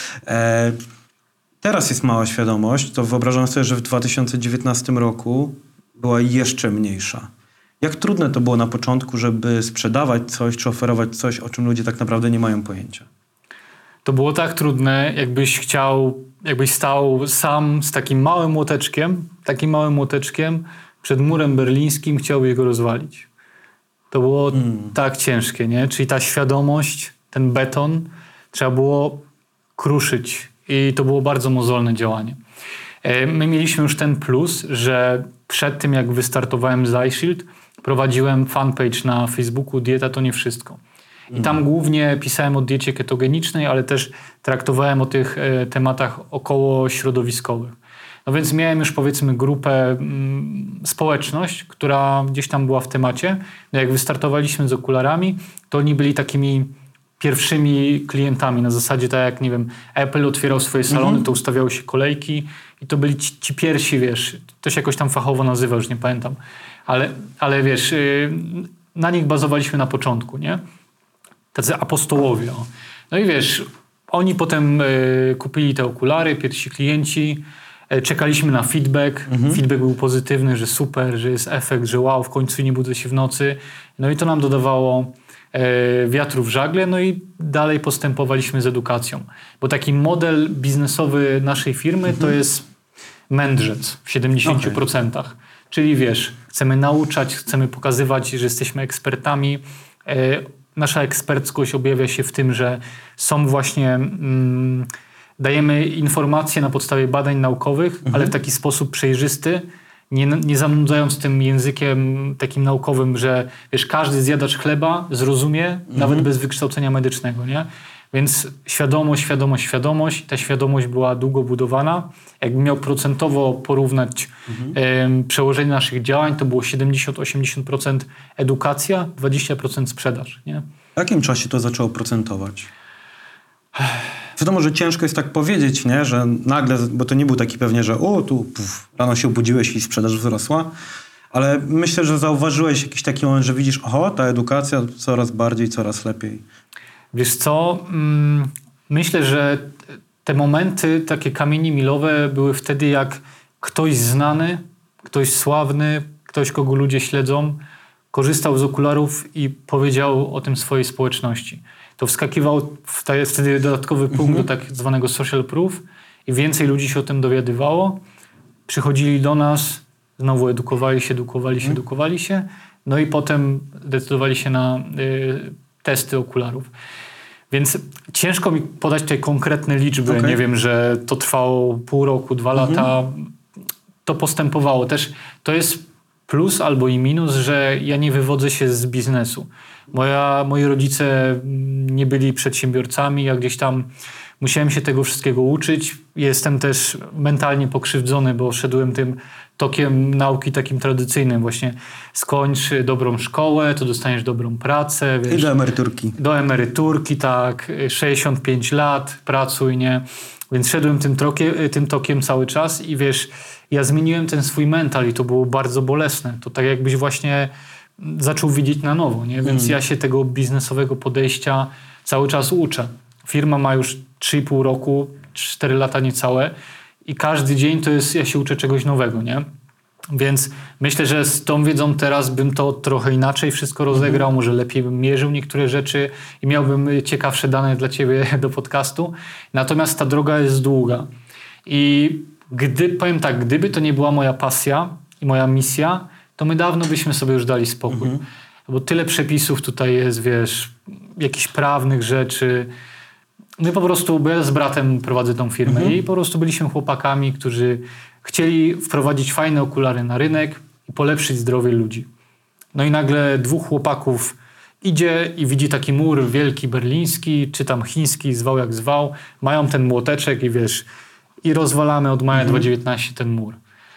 Teraz jest mała świadomość, to wyobrażam sobie, że w 2019 roku była jeszcze mniejsza. Jak trudne to było na początku, żeby sprzedawać coś, czy oferować coś, o czym ludzie tak naprawdę nie mają pojęcia? To było tak trudne, jakbyś stał sam z takim małym młoteczkiem przed murem berlińskim, chciałbyś go rozwalić. To było tak ciężkie, nie? Czyli ta świadomość, ten beton, trzeba było kruszyć i to było bardzo mozolne działanie. My mieliśmy już ten plus, że przed tym jak wystartowałem z iShield, prowadziłem fanpage na Facebooku Dieta to nie wszystko. I tam głównie pisałem o diecie ketogenicznej, ale też traktowałem o tych tematach około środowiskowych. No więc miałem już powiedzmy grupę, społeczność, która gdzieś tam była w temacie. No jak wystartowaliśmy z okularami, to oni byli takimi pierwszymi klientami. Na zasadzie tak jak, nie wiem, Apple otwierał swoje salony, to ustawiały się kolejki i to byli ci pierwsi, wiesz, to się jakoś tam fachowo nazywa, już nie pamiętam. Ale wiesz, na nich bazowaliśmy na początku, nie? Tacy apostołowie. No i wiesz, oni potem kupili te okulary, pierwsi klienci, czekaliśmy na feedback. Feedback był pozytywny, że super, że jest efekt, że wow, w końcu nie budzę się w nocy. No i to nam dodawało wiatru w żagle, no i dalej postępowaliśmy z edukacją. Bo taki model biznesowy naszej firmy to jest mędrzec w 70%. Czyli wiesz, chcemy nauczać, chcemy pokazywać, że jesteśmy ekspertami. Nasza eksperckość objawia się w tym, że są właśnie... dajemy informacje na podstawie badań naukowych, ale w taki sposób przejrzysty, nie zanudzając tym językiem takim naukowym, że wiesz, każdy zjadacz chleba zrozumie, nawet bez wykształcenia medycznego, nie? Więc świadomość. Ta świadomość była długo budowana. Jakbym miał procentowo porównać przełożenie naszych działań, to było 70-80% edukacja, 20% sprzedaż, nie? W jakim czasie to zaczęło procentować? Wiadomo, że ciężko jest tak powiedzieć, nie? Że nagle, bo to nie był taki pewnie, że rano się obudziłeś i sprzedaż wzrosła, ale myślę, że zauważyłeś jakiś taki moment, że widzisz, ta edukacja coraz bardziej, coraz lepiej. Wiesz co, myślę, że te momenty, takie kamienie milowe były wtedy, jak ktoś znany, ktoś sławny, ktoś, kogo ludzie śledzą, korzystał z okularów i powiedział o tym swojej społeczności. To wskakiwał wtedy dodatkowy punkt do tak zwanego social proof i więcej ludzi się o tym dowiadywało. Przychodzili do nas, znowu edukowali się, no i potem decydowali się na testy okularów. Więc ciężko mi podać tutaj konkretne liczby. Nie wiem, że to trwało pół roku, 2 lata. To postępowało. Też to jest plus albo i minus, że ja nie wywodzę się z biznesu. Moi rodzice nie byli przedsiębiorcami, ja gdzieś tam musiałem się tego wszystkiego uczyć. Jestem też mentalnie pokrzywdzony, bo szedłem tym tokiem nauki takim tradycyjnym. Właśnie skończ dobrą szkołę, to dostaniesz dobrą pracę. Wiesz, i do emeryturki. Do emeryturki, tak. 65 lat, pracuj, nie? Więc szedłem tym tokiem cały czas i wiesz, ja zmieniłem ten swój mental i to było bardzo bolesne. To tak jakbyś właśnie zaczął widzieć na nowo, nie? Więc ja się tego biznesowego podejścia cały czas uczę. Firma ma już 3,5 roku, 4 lata niecałe i każdy dzień to jest, ja się uczę czegoś nowego, nie? Więc myślę, że z tą wiedzą teraz bym to trochę inaczej wszystko rozegrał, może lepiej bym mierzył niektóre rzeczy i miałbym ciekawsze dane dla ciebie do podcastu. Natomiast ta droga jest długa. I powiem tak, gdyby to nie była moja pasja i moja misja, to my dawno byśmy sobie już dali spokój. Bo tyle przepisów tutaj jest, wiesz, jakichś prawnych rzeczy. My po prostu, bo ja z bratem prowadzę tą firmę i po prostu byliśmy chłopakami, którzy chcieli wprowadzić fajne okulary na rynek i polepszyć zdrowie ludzi. No i nagle 2 chłopaków idzie i widzi taki mur wielki berliński, czy tam chiński, zwał jak zwał. Mają ten młoteczek i wiesz, i rozwalamy od maja 2019 ten mur.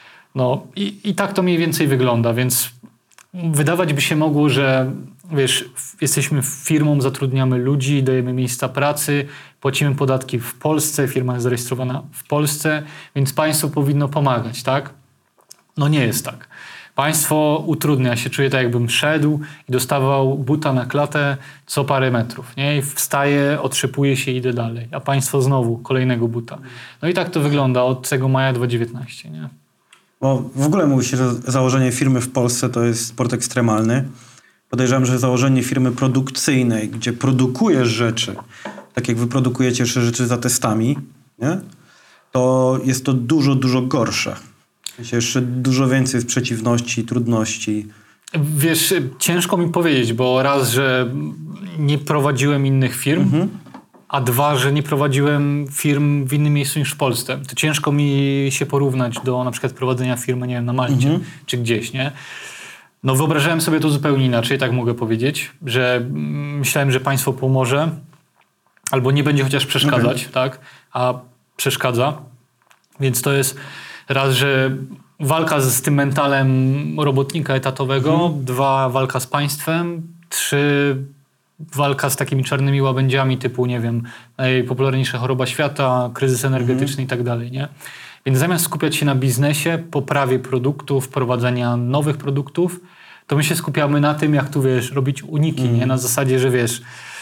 No i tak to mniej więcej wygląda, więc wydawać by się mogło, że wiesz, jesteśmy firmą, zatrudniamy ludzi, dajemy miejsca pracy, płacimy podatki w Polsce, firma jest zarejestrowana w Polsce, więc państwo powinno pomagać, tak? No nie jest tak. Państwo utrudnia. Ja się czuję tak, jakbym szedł i dostawał buta na klatę co parę metrów, nie? I wstaję, otrzepuję się i idę dalej. A państwo znowu kolejnego buta. No i tak to wygląda od tego maja 2019, nie? Bo w ogóle mówi się, że założenie firmy w Polsce to jest sport ekstremalny. Podejrzewam, że założenie firmy produkcyjnej, gdzie produkujesz rzeczy, tak jak wy produkujecie rzeczy za testami, nie? To jest to dużo, dużo gorsze. Jeszcze dużo więcej jest przeciwności, trudności. Wiesz, ciężko mi powiedzieć, bo raz, że nie prowadziłem innych firm, a 2, że nie prowadziłem firm w innym miejscu niż w Polsce. To ciężko mi się porównać do na przykład prowadzenia firmy, nie wiem, na Malcie czy gdzieś, nie? No wyobrażałem sobie to zupełnie inaczej, tak mogę powiedzieć, że myślałem, że państwo pomoże albo nie będzie chociaż przeszkadzać, tak? A przeszkadza. Więc to jest raz, że walka z tym mentalem robotnika etatowego, 2, walka z państwem, 3, walka z takimi czarnymi łabędziami typu, nie wiem, najpopularniejsza choroba świata, kryzys energetyczny i tak dalej, nie? Więc zamiast skupiać się na biznesie, poprawie produktów, wprowadzenia nowych produktów, to my się skupiamy na tym, jak tu, wiesz, robić uniki, nie? Na zasadzie, że wiesz,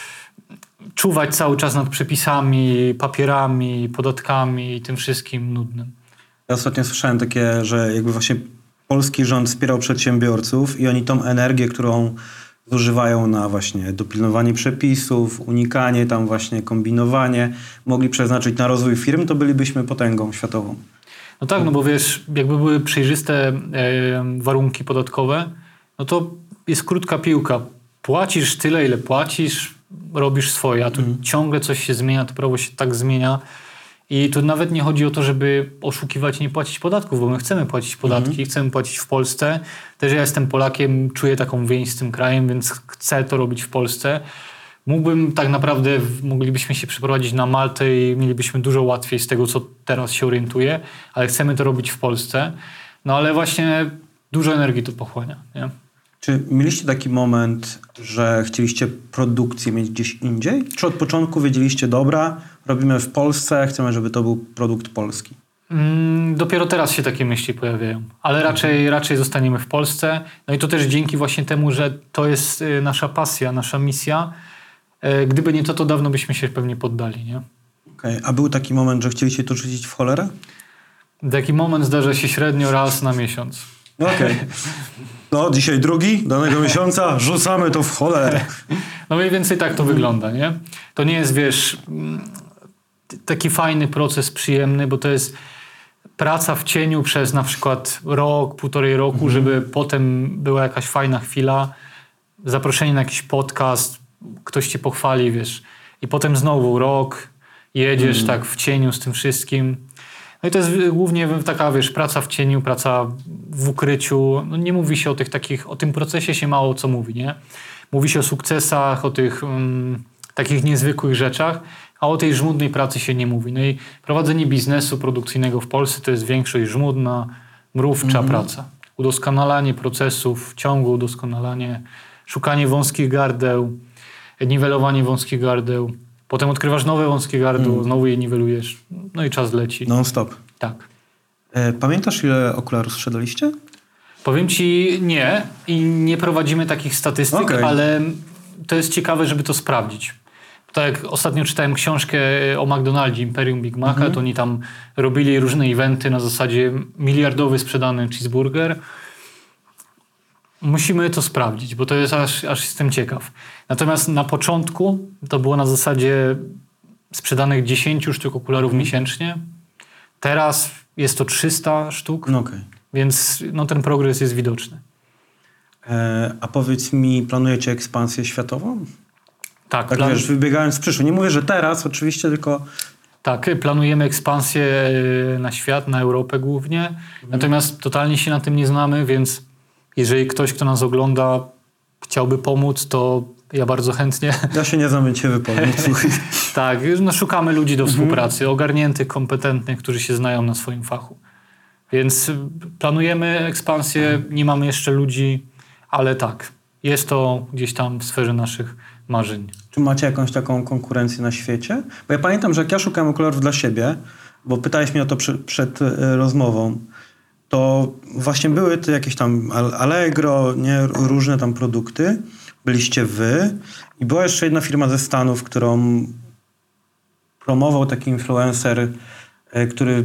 czuwać cały czas nad przepisami, papierami, podatkami i tym wszystkim nudnym. Ja ostatnio słyszałem takie, że jakby właśnie polski rząd wspierał przedsiębiorców i oni tą energię, którą zużywają na właśnie dopilnowanie przepisów, unikanie tam właśnie, kombinowanie, mogli przeznaczyć na rozwój firm, to bylibyśmy potęgą światową. No tak, no bo wiesz, jakby były przejrzyste warunki podatkowe, no to jest krótka piłka. Płacisz tyle, ile płacisz, robisz swoje, a tu ciągle coś się zmienia, to prawo się tak zmienia. I tu nawet nie chodzi o to, żeby oszukiwać i nie płacić podatków, bo my chcemy płacić podatki, chcemy płacić w Polsce. Też ja jestem Polakiem, czuję taką więź z tym krajem, więc chcę to robić w Polsce. Tak naprawdę, moglibyśmy się przeprowadzić na Maltę i mielibyśmy dużo łatwiej z tego, co teraz się orientuję, ale chcemy to robić w Polsce. No ale właśnie dużo energii to pochłania, nie? Czy mieliście taki moment, że chcieliście produkcję mieć gdzieś indziej? Czy od początku wiedzieliście, dobra, robimy w Polsce, chcemy, żeby to był produkt polski? Dopiero teraz się takie myśli pojawiają, ale raczej zostaniemy w Polsce. No i to też dzięki właśnie temu, że to jest nasza pasja, nasza misja. Gdyby nie to dawno byśmy się pewnie poddali, nie? Okej. A był taki moment, że chcieliście to rzucić w cholerę? Taki moment zdarza się średnio raz na miesiąc. Okej. No, dzisiaj drugi danego miesiąca, rzucamy to w cholerę. No mniej więcej tak to wygląda, nie? To nie jest, wiesz, taki fajny proces, przyjemny, bo to jest praca w cieniu przez na przykład rok, półtorej roku, żeby potem była jakaś fajna chwila, zaproszenie na jakiś podcast, ktoś cię pochwali, wiesz, i potem znowu rok, jedziesz tak w cieniu z tym wszystkim. No i to jest głównie taka, wiesz, praca w cieniu, praca w ukryciu. No nie mówi się o tym procesie się mało co mówi, nie? Mówi się o sukcesach, o tych takich niezwykłych rzeczach, a o tej żmudnej pracy się nie mówi. No i prowadzenie biznesu produkcyjnego w Polsce to jest większość żmudna, mrówcza praca. Udoskonalanie procesów, ciągłe udoskonalanie, szukanie wąskich gardeł, niwelowanie wąskich gardeł. Potem odkrywasz nowe wąskie gardło, znowu je niwelujesz. No i czas leci. Non-stop. Tak. Pamiętasz, ile okularów sprzedaliście? Powiem ci nie i nie prowadzimy takich statystyk, ale to jest ciekawe, żeby to sprawdzić. Tak jak ostatnio czytałem książkę o McDonaldzie, Imperium Big Maca, to oni tam robili różne eventy na zasadzie miliardowy sprzedany cheeseburger. Musimy to sprawdzić, bo to jest aż jestem ciekaw. Natomiast na początku to było na zasadzie sprzedanych 10 sztuk okularów miesięcznie. Teraz jest to 300 sztuk, więc no, ten progres jest widoczny. A powiedz mi, planujecie ekspansję światową? Tak. Wiesz, wybiegając z przyszłości. Nie mówię, że teraz oczywiście, tylko... Tak, planujemy ekspansję na świat, na Europę głównie. Natomiast totalnie się na tym nie znamy, więc jeżeli ktoś, kto nas ogląda, chciałby pomóc, to ja bardzo chętnie. Ja się nie znam, więc cię wypowiem. Tak, no szukamy ludzi do współpracy, ogarniętych, kompetentnych, którzy się znają na swoim fachu. Więc planujemy ekspansję, nie mamy jeszcze ludzi, ale tak, jest to gdzieś tam w sferze naszych marzeń. Czy macie jakąś taką konkurencję na świecie? Bo ja pamiętam, że jak ja szukałem okularów dla siebie, bo pytałeś mnie o to przed rozmową, to właśnie były to jakieś tam Allegro, nie, różne tam produkty. Byliście wy i była jeszcze jedna firma ze Stanów, którą promował taki influencer, który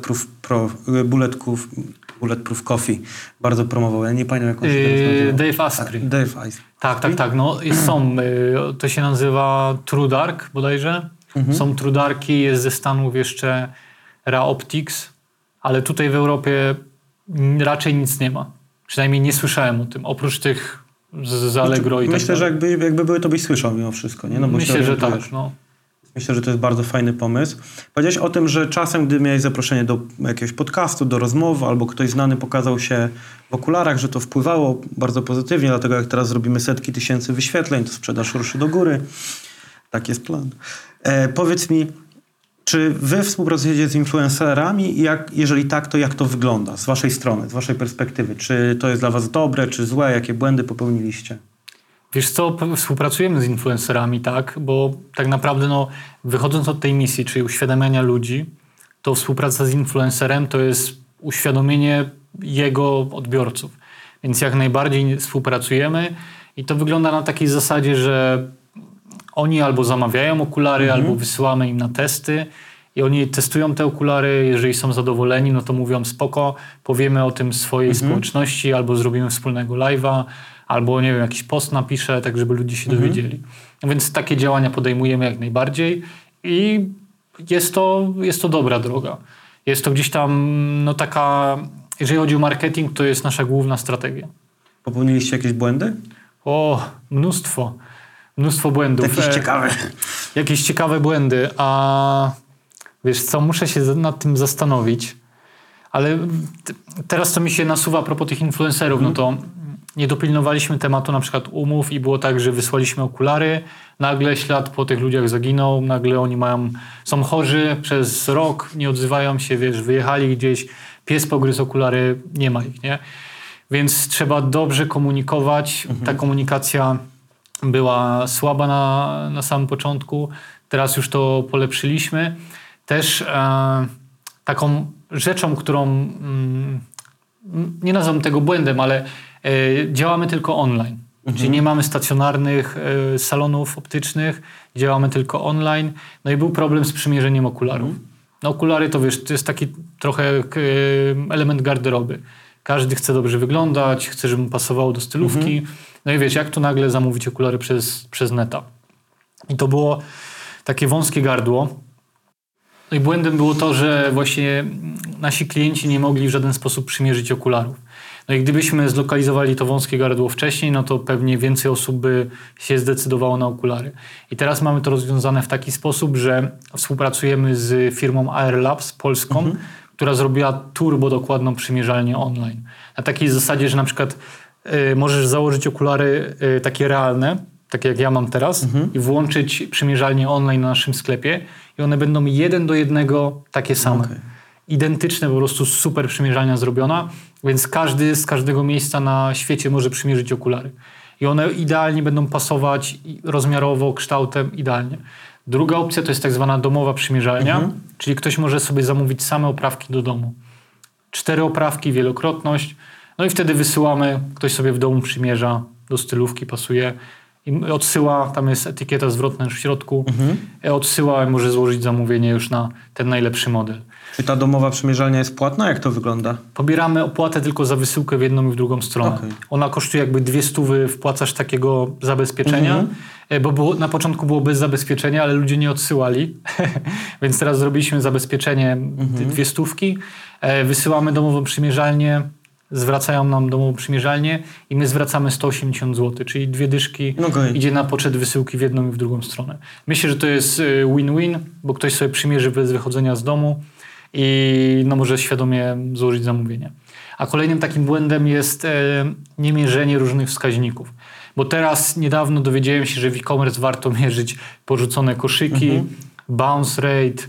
Bulletproof Coffee bardzo promował. Ja nie pamiętam, jak on się teraz nazywa. Dave Asprey. Dave Asprey. Tak. No, to się nazywa True Dark bodajże. Są True Darki, jest ze Stanów jeszcze Ra Optics, ale tutaj w Europie raczej nic nie ma. Przynajmniej nie słyszałem o tym, oprócz tych z Allegro i tak dalej. Myślę, że jakby były, to byś słyszał mimo wszystko. Nie? No bo myślę, że tak. No. Myślę, że to jest bardzo fajny pomysł. Powiedziałeś o tym, że czasem, gdy miałeś zaproszenie do jakiegoś podcastu, do rozmowy, albo ktoś znany pokazał się w okularach, że to wpływało bardzo pozytywnie, dlatego jak teraz zrobimy setki tysięcy wyświetleń, to sprzedaż ruszy do góry. Tak jest plan. Powiedz mi, czy wy współpracujecie z influencerami? Jeżeli tak, to jak to wygląda z waszej strony, z waszej perspektywy? Czy to jest dla was dobre, czy złe? Jakie błędy popełniliście? Wiesz co, współpracujemy z influencerami, tak? Bo tak naprawdę no, wychodząc od tej misji, czyli uświadamiania ludzi, to współpraca z influencerem to jest uświadomienie jego odbiorców. Więc jak najbardziej współpracujemy i to wygląda na takiej zasadzie, że oni albo zamawiają okulary, albo wysyłamy im na testy i oni testują te okulary. Jeżeli są zadowoleni, no to mówią spoko, powiemy o tym swojej społeczności albo zrobimy wspólnego live'a, albo nie wiem, jakiś post napiszę, tak żeby ludzie się dowiedzieli. Więc takie działania podejmujemy jak najbardziej i jest to dobra droga. Jest to gdzieś tam taka, jeżeli chodzi o marketing, to jest nasza główna strategia. Popełniliście jakieś błędy? Mnóstwo błędów. Jakieś ciekawe błędy, a wiesz co, muszę się nad tym zastanowić, ale teraz to mi się nasuwa a propos tych influencerów, no to nie dopilnowaliśmy tematu na przykład umów i było tak, że wysłaliśmy okulary, nagle ślad po tych ludziach zaginął, nagle oni są chorzy przez rok, nie odzywają się, wiesz, wyjechali gdzieś, pies pogryzł okulary, nie ma ich, nie? Więc trzeba dobrze komunikować. Ta komunikacja była słaba na samym początku, teraz już to polepszyliśmy. Też taką rzeczą, którą nie nazywam tego błędem, ale działamy tylko online. Czyli nie mamy stacjonarnych salonów optycznych, działamy tylko online. No i był problem z przymierzeniem okularów. No okulary to wiesz, to jest taki trochę element garderoby. Każdy chce dobrze wyglądać, chce, żeby mu pasowało do stylówki. No i wiesz, jak tu nagle zamówić okulary przez neta? I to było takie wąskie gardło. No i błędem było to, że właśnie nasi klienci nie mogli w żaden sposób przymierzyć okularów. No i gdybyśmy zlokalizowali to wąskie gardło wcześniej, no to pewnie więcej osób by się zdecydowało na okulary. I teraz mamy to rozwiązane w taki sposób, że współpracujemy z firmą AR Labs polską, która zrobiła turbo dokładną przymierzalnię online. Na takiej zasadzie, że na przykład możesz założyć okulary takie realne, takie jak ja mam teraz, i włączyć przymierzalnię online na naszym sklepie i one będą 1:1 takie same. Okay. Identyczne, po prostu super przymierzalnia zrobiona, więc każdy z każdego miejsca na świecie może przymierzyć okulary. I one idealnie będą pasować rozmiarowo, kształtem, idealnie. Druga opcja to jest tak zwana domowa przymierzalnia, czyli ktoś może sobie zamówić same oprawki do domu. 4 oprawki, wielokrotność, no i wtedy wysyłamy, ktoś sobie w domu przymierza, do stylówki pasuje i odsyła, tam jest etykieta zwrotna w środku, odsyła i może złożyć zamówienie już na ten najlepszy model. Czy ta domowa przymierzalnia jest płatna? Jak to wygląda? Pobieramy opłatę tylko za wysyłkę w jedną i w drugą stronę. Okay. Ona kosztuje jakby 200, wpłacasz takiego zabezpieczenia, bo na początku było bez zabezpieczenia, ale ludzie nie odsyłali, więc teraz zrobiliśmy zabezpieczenie 200, wysyłamy domową przymierzalnię, zwracają nam domową przymierzalnię i my zwracamy 180 zł, czyli 2 dyszki idzie na poczet wysyłki w jedną i w drugą stronę. Myślę, że to jest win-win, bo ktoś sobie przymierzy bez wychodzenia z domu i może świadomie złożyć zamówienie. A kolejnym takim błędem jest niemierzenie różnych wskaźników. Bo teraz niedawno dowiedziałem się, że w e-commerce warto mierzyć porzucone koszyki, bounce rate,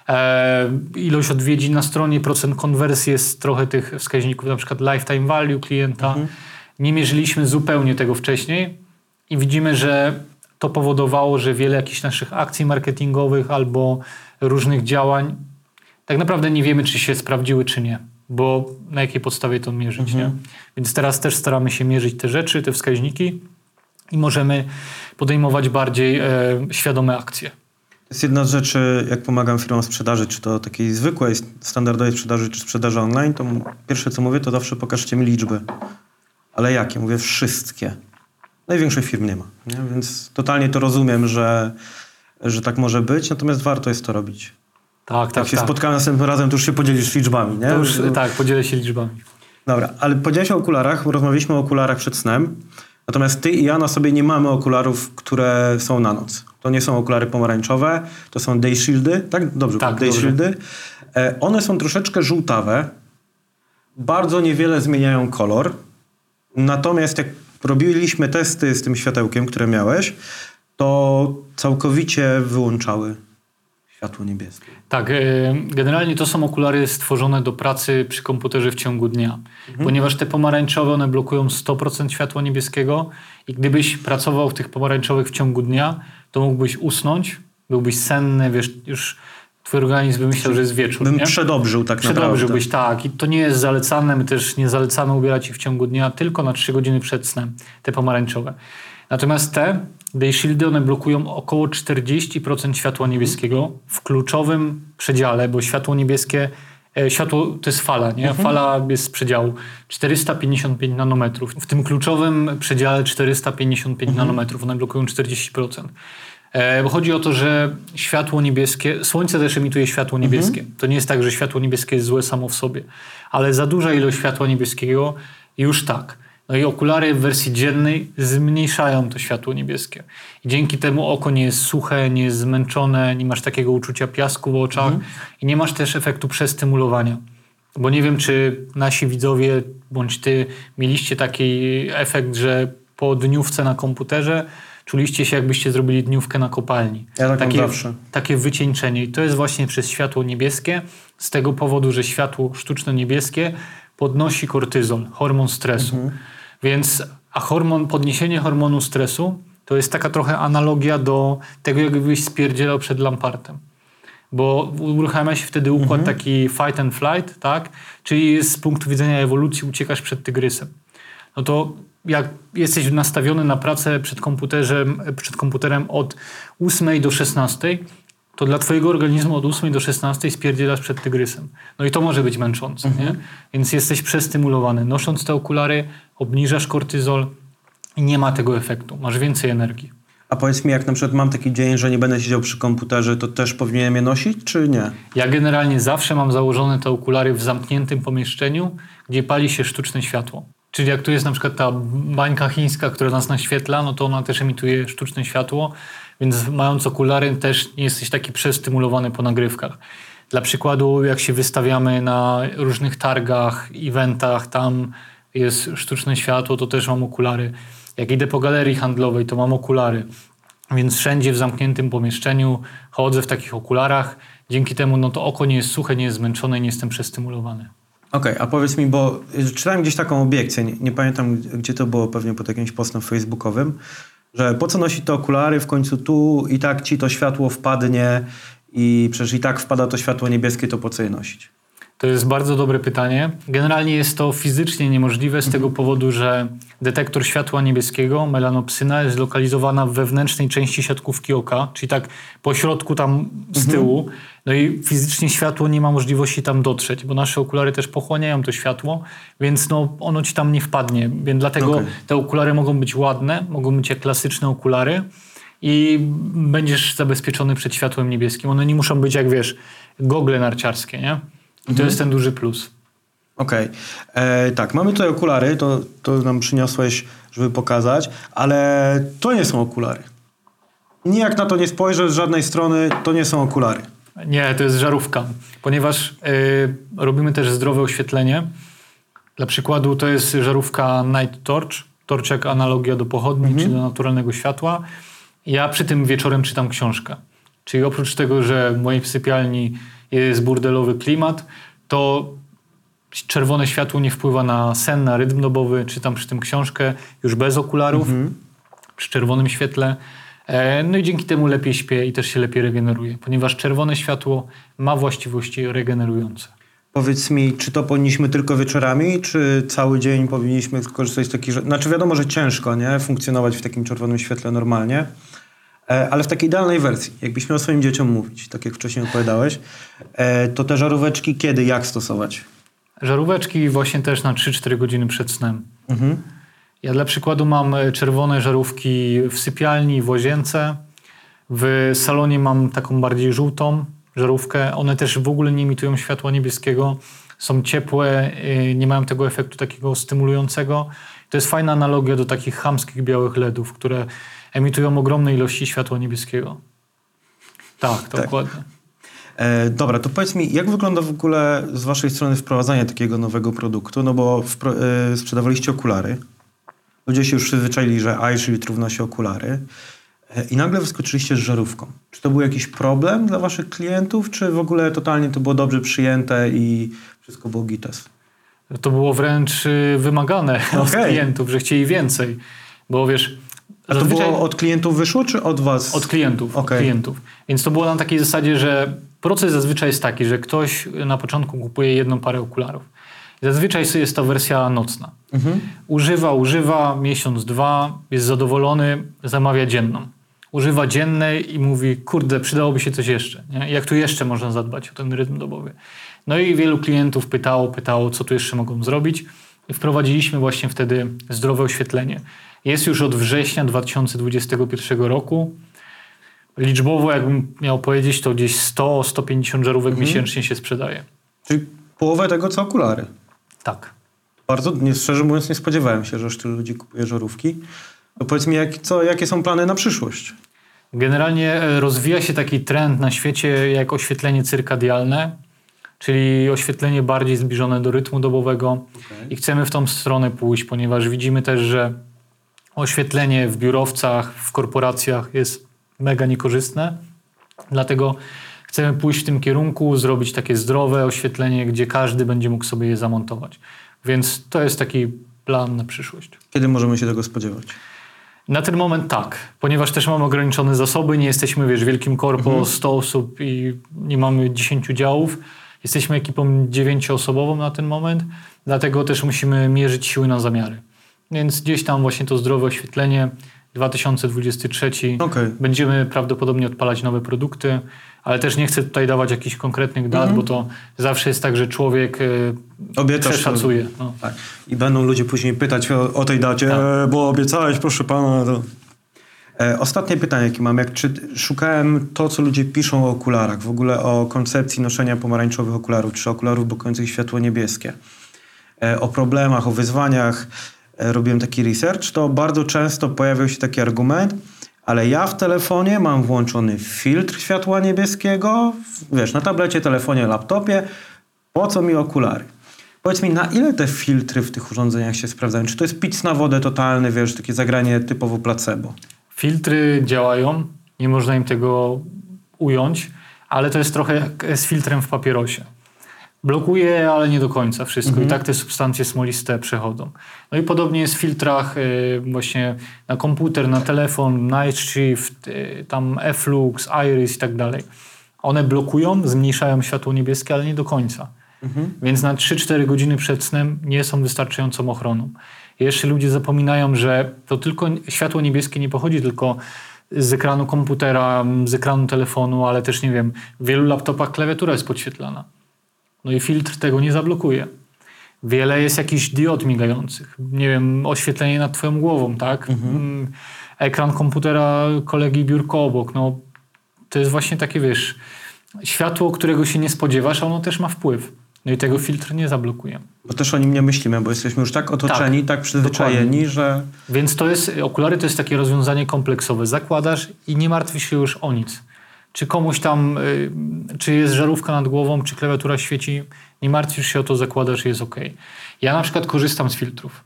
ilość odwiedzin na stronie, procent konwersji, jest trochę tych wskaźników, na przykład lifetime value klienta. Nie mierzyliśmy zupełnie tego wcześniej i widzimy, że to powodowało, że wiele jakichś naszych akcji marketingowych albo różnych działań tak naprawdę nie wiemy, czy się sprawdziły, czy nie, bo na jakiej podstawie to mierzyć, nie? Więc teraz też staramy się mierzyć te rzeczy, te wskaźniki i możemy podejmować bardziej świadome akcje. To jest jedna z rzeczy, jak pomagam firmom sprzedaży, czy to takiej zwykłej, standardowej sprzedaży, czy sprzedaży online, to pierwsze co mówię, to zawsze pokażcie mi liczby. Ale jakie? Mówię wszystkie. Największych firm nie ma. Nie? Więc totalnie to rozumiem, że tak może być, natomiast warto jest to robić. Tak. Jak się spotkamy następnym razem, to już się podzielisz liczbami, nie? To już, tak, podzielę się liczbami. Dobra, ale powiedziałeś o okularach, rozmawialiśmy o okularach przed snem, natomiast ty i ja na sobie nie mamy okularów, które są na noc. To nie są okulary pomarańczowe, to są day shieldy, tak? Dobrze, tak, day shieldy. One są troszeczkę żółtawe, bardzo niewiele zmieniają kolor, natomiast jak robiliśmy testy z tym światełkiem, które miałeś, to całkowicie wyłączały światło niebieskie. Tak, generalnie to są okulary stworzone do pracy przy komputerze w ciągu dnia. Ponieważ te pomarańczowe, one blokują 100% światła niebieskiego i gdybyś pracował w tych pomarańczowych w ciągu dnia, to mógłbyś usnąć, byłbyś senny, wiesz, już twój organizm by myślał, że jest wieczór. Bym przedobrzył tak naprawdę. Przedobrzyłbyś, tak. I to nie jest zalecane, my też nie zalecamy ubierać ich w ciągu dnia, tylko na 3 godziny przed snem, te pomarańczowe. Natomiast te day shieldy, one blokują około 40% światła niebieskiego w kluczowym przedziale, bo światło niebieskie Światło to jest fala, nie? Fala jest z przedziału 455 nanometrów. W tym kluczowym przedziale 455 nanometrów, one blokują 40%. Bo chodzi o to, że światło niebieskie, Słońce też emituje światło niebieskie. To nie jest tak, że światło niebieskie jest złe samo w sobie, ale za duża ilość światła niebieskiego już tak. No i okulary w wersji dziennej zmniejszają to światło niebieskie. I dzięki temu oko nie jest suche, nie jest zmęczone, nie masz takiego uczucia piasku w oczach i nie masz też efektu przestymulowania. Bo nie wiem, czy nasi widzowie bądź ty mieliście taki efekt, że po dniówce na komputerze czuliście się, jakbyście zrobili dniówkę na kopalni. Ja tak mam zawsze. Takie wycieńczenie. I to jest właśnie przez światło niebieskie, z tego powodu, że światło sztuczne niebieskie podnosi kortyzol, hormon stresu. Więc, podniesienie hormonu stresu to jest taka trochę analogia do tego, jakbyś spierdzielał przed lampartem. Bo uruchamia się wtedy układ taki fight and flight, tak? Czyli z punktu widzenia ewolucji uciekasz przed tygrysem. No to jak jesteś nastawiony na pracę przed komputerem od 8 do 16, to dla twojego organizmu od 8 do 16 spierdzielasz przed tygrysem. No i to może być męczące, nie? Więc jesteś przestymulowany. Nosząc te okulary obniżasz kortyzol i nie ma tego efektu. Masz więcej energii. A powiedz mi, jak na przykład mam taki dzień, że nie będę siedział przy komputerze, to też powinienem je nosić, czy nie? Ja generalnie zawsze mam założone te okulary w zamkniętym pomieszczeniu, gdzie pali się sztuczne światło. Czyli jak tu jest na przykład ta bańka chińska, która nas naświetla, no to ona też emituje sztuczne światło, więc mając okulary też nie jesteś taki przestymulowany po nagrywkach. Dla przykładu, jak się wystawiamy na różnych targach, eventach, tam jest sztuczne światło, to też mam okulary. Jak idę po galerii handlowej, to mam okulary. Więc wszędzie w zamkniętym pomieszczeniu chodzę w takich okularach. Dzięki temu no to oko nie jest suche, nie jest zmęczone i nie jestem przestymulowany. Okej, a powiedz mi, bo czytałem gdzieś taką obiekcję, nie pamiętam gdzie to było, pewnie pod jakimś postem facebookowym, że po co nosić te okulary, w końcu tu i tak ci to światło wpadnie i przecież i tak wpada to światło niebieskie, to po co je nosić? To jest bardzo dobre pytanie. Generalnie jest to fizycznie niemożliwe z tego powodu, że detektor światła niebieskiego, melanopsyna, jest zlokalizowana w wewnętrznej części siatkówki oka, czyli tak po środku tam z tyłu. No i fizycznie światło nie ma możliwości tam dotrzeć, bo nasze okulary też pochłaniają to światło, więc no ono ci tam nie wpadnie. Więc dlatego te okulary mogą być ładne, mogą być jak klasyczne okulary i będziesz zabezpieczony przed światłem niebieskim. One nie muszą być jak wiesz, gogle narciarskie, nie? I to jest ten duży plus. Okej. Tak, mamy tutaj okulary, to nam przyniosłeś, żeby pokazać, ale to nie są okulary. Nijak na to nie spojrzę z żadnej strony, to nie są okulary. Nie, to jest żarówka, ponieważ robimy też zdrowe oświetlenie. Dla przykładu to jest żarówka Night Torch, torch jak analogia do pochodni czy do naturalnego światła. Ja przy tym wieczorem czytam książkę. Czyli oprócz tego, że w mojej sypialni jest burdelowy klimat, to czerwone światło nie wpływa na sen, na rytm dobowy. Czytam przy tym książkę już bez okularów, przy czerwonym świetle. No i dzięki temu lepiej śpię i też się lepiej regeneruję, ponieważ czerwone światło ma właściwości regenerujące. Powiedz mi, czy to powinniśmy tylko wieczorami, czy cały dzień powinniśmy korzystać z takich... Znaczy wiadomo, że ciężko, nie? Funkcjonować w takim czerwonym świetle normalnie, ale w takiej idealnej wersji, jakbyś miał swoim dzieciom mówić, tak jak wcześniej opowiadałeś, to te żaróweczki kiedy, jak stosować? Żaróweczki właśnie też na 3-4 godziny przed snem. Ja dla przykładu mam czerwone żarówki w sypialni, w łazience. W salonie mam taką bardziej żółtą żarówkę. One też w ogóle nie emitują światła niebieskiego. Są ciepłe, nie mają tego efektu takiego stymulującego. To jest fajna analogia do takich chamskich białych LEDów, które emitują ogromne ilości światła niebieskiego. Tak, dokładnie. Dobra, to powiedz mi, jak wygląda w ogóle z waszej strony wprowadzanie takiego nowego produktu? No bo sprzedawaliście okulary. Ludzie się już przyzwyczaili, że iShield równa się okulary. I nagle wyskoczyliście z żarówką. Czy to był jakiś problem dla waszych klientów, czy w ogóle totalnie to było dobrze przyjęte i wszystko było gites? To było wręcz wymagane od klientów, że chcieli więcej. Bo wiesz... A to było od klientów wyszło, czy od was? Od klientów. Od klientów. Więc to było na takiej zasadzie, że proces zazwyczaj jest taki, że ktoś na początku kupuje jedną parę okularów. Zazwyczaj jest to wersja nocna. Używa, miesiąc, 2, jest zadowolony, zamawia dzienną. używa dziennej i mówi, kurde, przydałoby się coś jeszcze. Nie? Jak tu jeszcze można zadbać o ten rytm dobowy? No i wielu klientów pytało, co tu jeszcze mogą zrobić. I wprowadziliśmy właśnie wtedy zdrowe oświetlenie. Jest już od września 2021 roku. Liczbowo, jakbym miał powiedzieć, to gdzieś 100-150 żarówek miesięcznie się sprzedaje. Czyli połowę tego, co okulary. Tak. Bardzo, szczerze mówiąc, nie spodziewałem się, że aż tylu ludzi kupuje żarówki. No powiedz mi, jakie są plany na przyszłość? Generalnie rozwija się taki trend na świecie jak oświetlenie cyrkadialne, czyli oświetlenie bardziej zbliżone do rytmu dobowego. I chcemy w tą stronę pójść, ponieważ widzimy też, że oświetlenie w biurowcach, w korporacjach jest mega niekorzystne. Dlatego chcemy pójść w tym kierunku, zrobić takie zdrowe oświetlenie, gdzie każdy będzie mógł sobie je zamontować. Więc to jest taki plan na przyszłość. Kiedy możemy się tego spodziewać? Na ten moment tak, ponieważ też mamy ograniczone zasoby, nie jesteśmy, wielkim korpo, 100 osób i nie mamy 10 działów. Jesteśmy ekipą 9-osobową na ten moment, dlatego też musimy mierzyć siły na zamiary. Więc gdzieś tam właśnie to zdrowe oświetlenie, 2023. Będziemy prawdopodobnie odpalać nowe produkty, ale też nie chcę tutaj dawać jakichś konkretnych dat, bo to zawsze jest tak, że człowiek przeszacuje. No. Tak. I będą ludzie później pytać o tej dacie, bo obiecałeś, proszę pana. To... Ostatnie pytanie, jakie mam. Czy szukałem to, co ludzie piszą o okularach, w ogóle o koncepcji noszenia pomarańczowych okularów, czy okularów blokujących światło niebieskie, o problemach, o wyzwaniach, robiłem taki research, to bardzo często pojawiał się taki argument, ale ja w telefonie mam włączony filtr światła niebieskiego, na tablecie, telefonie, laptopie, po co mi okulary? Powiedz mi, na ile te filtry w tych urządzeniach się sprawdzają? Czy to jest pic na wodę totalny, takie zagranie typowo placebo? Filtry działają, nie można im tego ująć, ale to jest trochę jak z filtrem w papierosie. Blokuje, ale nie do końca wszystko. I tak te substancje smoliste przechodzą. No i podobnie jest w filtrach właśnie na komputer, na telefon, Night Shift, tam F-Lux, Iris i tak dalej. One blokują, zmniejszają światło niebieskie, ale nie do końca. Więc na 3-4 godziny przed snem nie są wystarczającą ochroną. I jeszcze ludzie zapominają, że to tylko światło niebieskie nie pochodzi tylko z ekranu komputera, z ekranu telefonu, ale też, w wielu laptopach klawiatura jest podświetlana. No i filtr tego nie zablokuje. Wiele jest jakichś diod migających. Oświetlenie nad twoją głową, tak? Ekran komputera kolegi, biurko obok. No, to jest właśnie takie, światło, którego się nie spodziewasz, a ono też ma wpływ. No i tego filtr nie zablokuje. Bo też o nim nie myślimy, bo jesteśmy już tak otoczeni, tak przyzwyczajeni, dokładnie. Że... Więc okulary to jest takie rozwiązanie kompleksowe. Zakładasz i nie martwisz się już o nic. Czy komuś tam, czy jest żarówka nad głową, czy klawiatura świeci, nie martwisz się o to, zakładasz i jest ok. Ja na przykład korzystam z filtrów,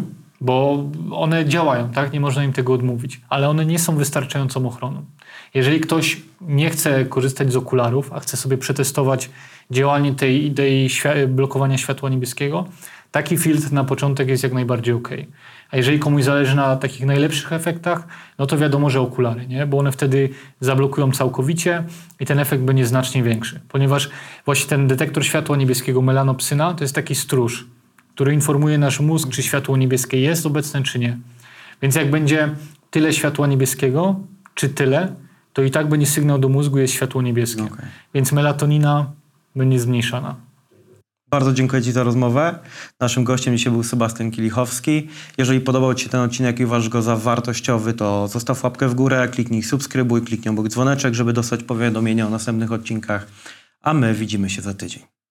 bo one działają, tak? Nie można im tego odmówić, ale one nie są wystarczającą ochroną. Jeżeli ktoś nie chce korzystać z okularów, a chce sobie przetestować działanie tej idei blokowania światła niebieskiego, taki filtr na początek jest jak najbardziej ok. A jeżeli komuś zależy na takich najlepszych efektach, no to wiadomo, że okulary, nie? Bo one wtedy zablokują całkowicie i ten efekt będzie znacznie większy. Ponieważ właśnie ten detektor światła niebieskiego melanopsyna to jest taki stróż, który informuje nasz mózg, czy światło niebieskie jest obecne, czy nie. Więc jak będzie tyle światła niebieskiego, czy tyle, to i tak będzie sygnał do mózgu, jest światło niebieskie. Okay. Więc melatonina będzie zmniejszana. Bardzo dziękuję Ci za rozmowę. Naszym gościem dzisiaj był Sebastian Kielichowski. Jeżeli podobał Ci się ten odcinek i uważasz go za wartościowy, to zostaw łapkę w górę, kliknij subskrybuj, kliknij obok dzwoneczek, żeby dostać powiadomienia o następnych odcinkach. A my widzimy się za tydzień.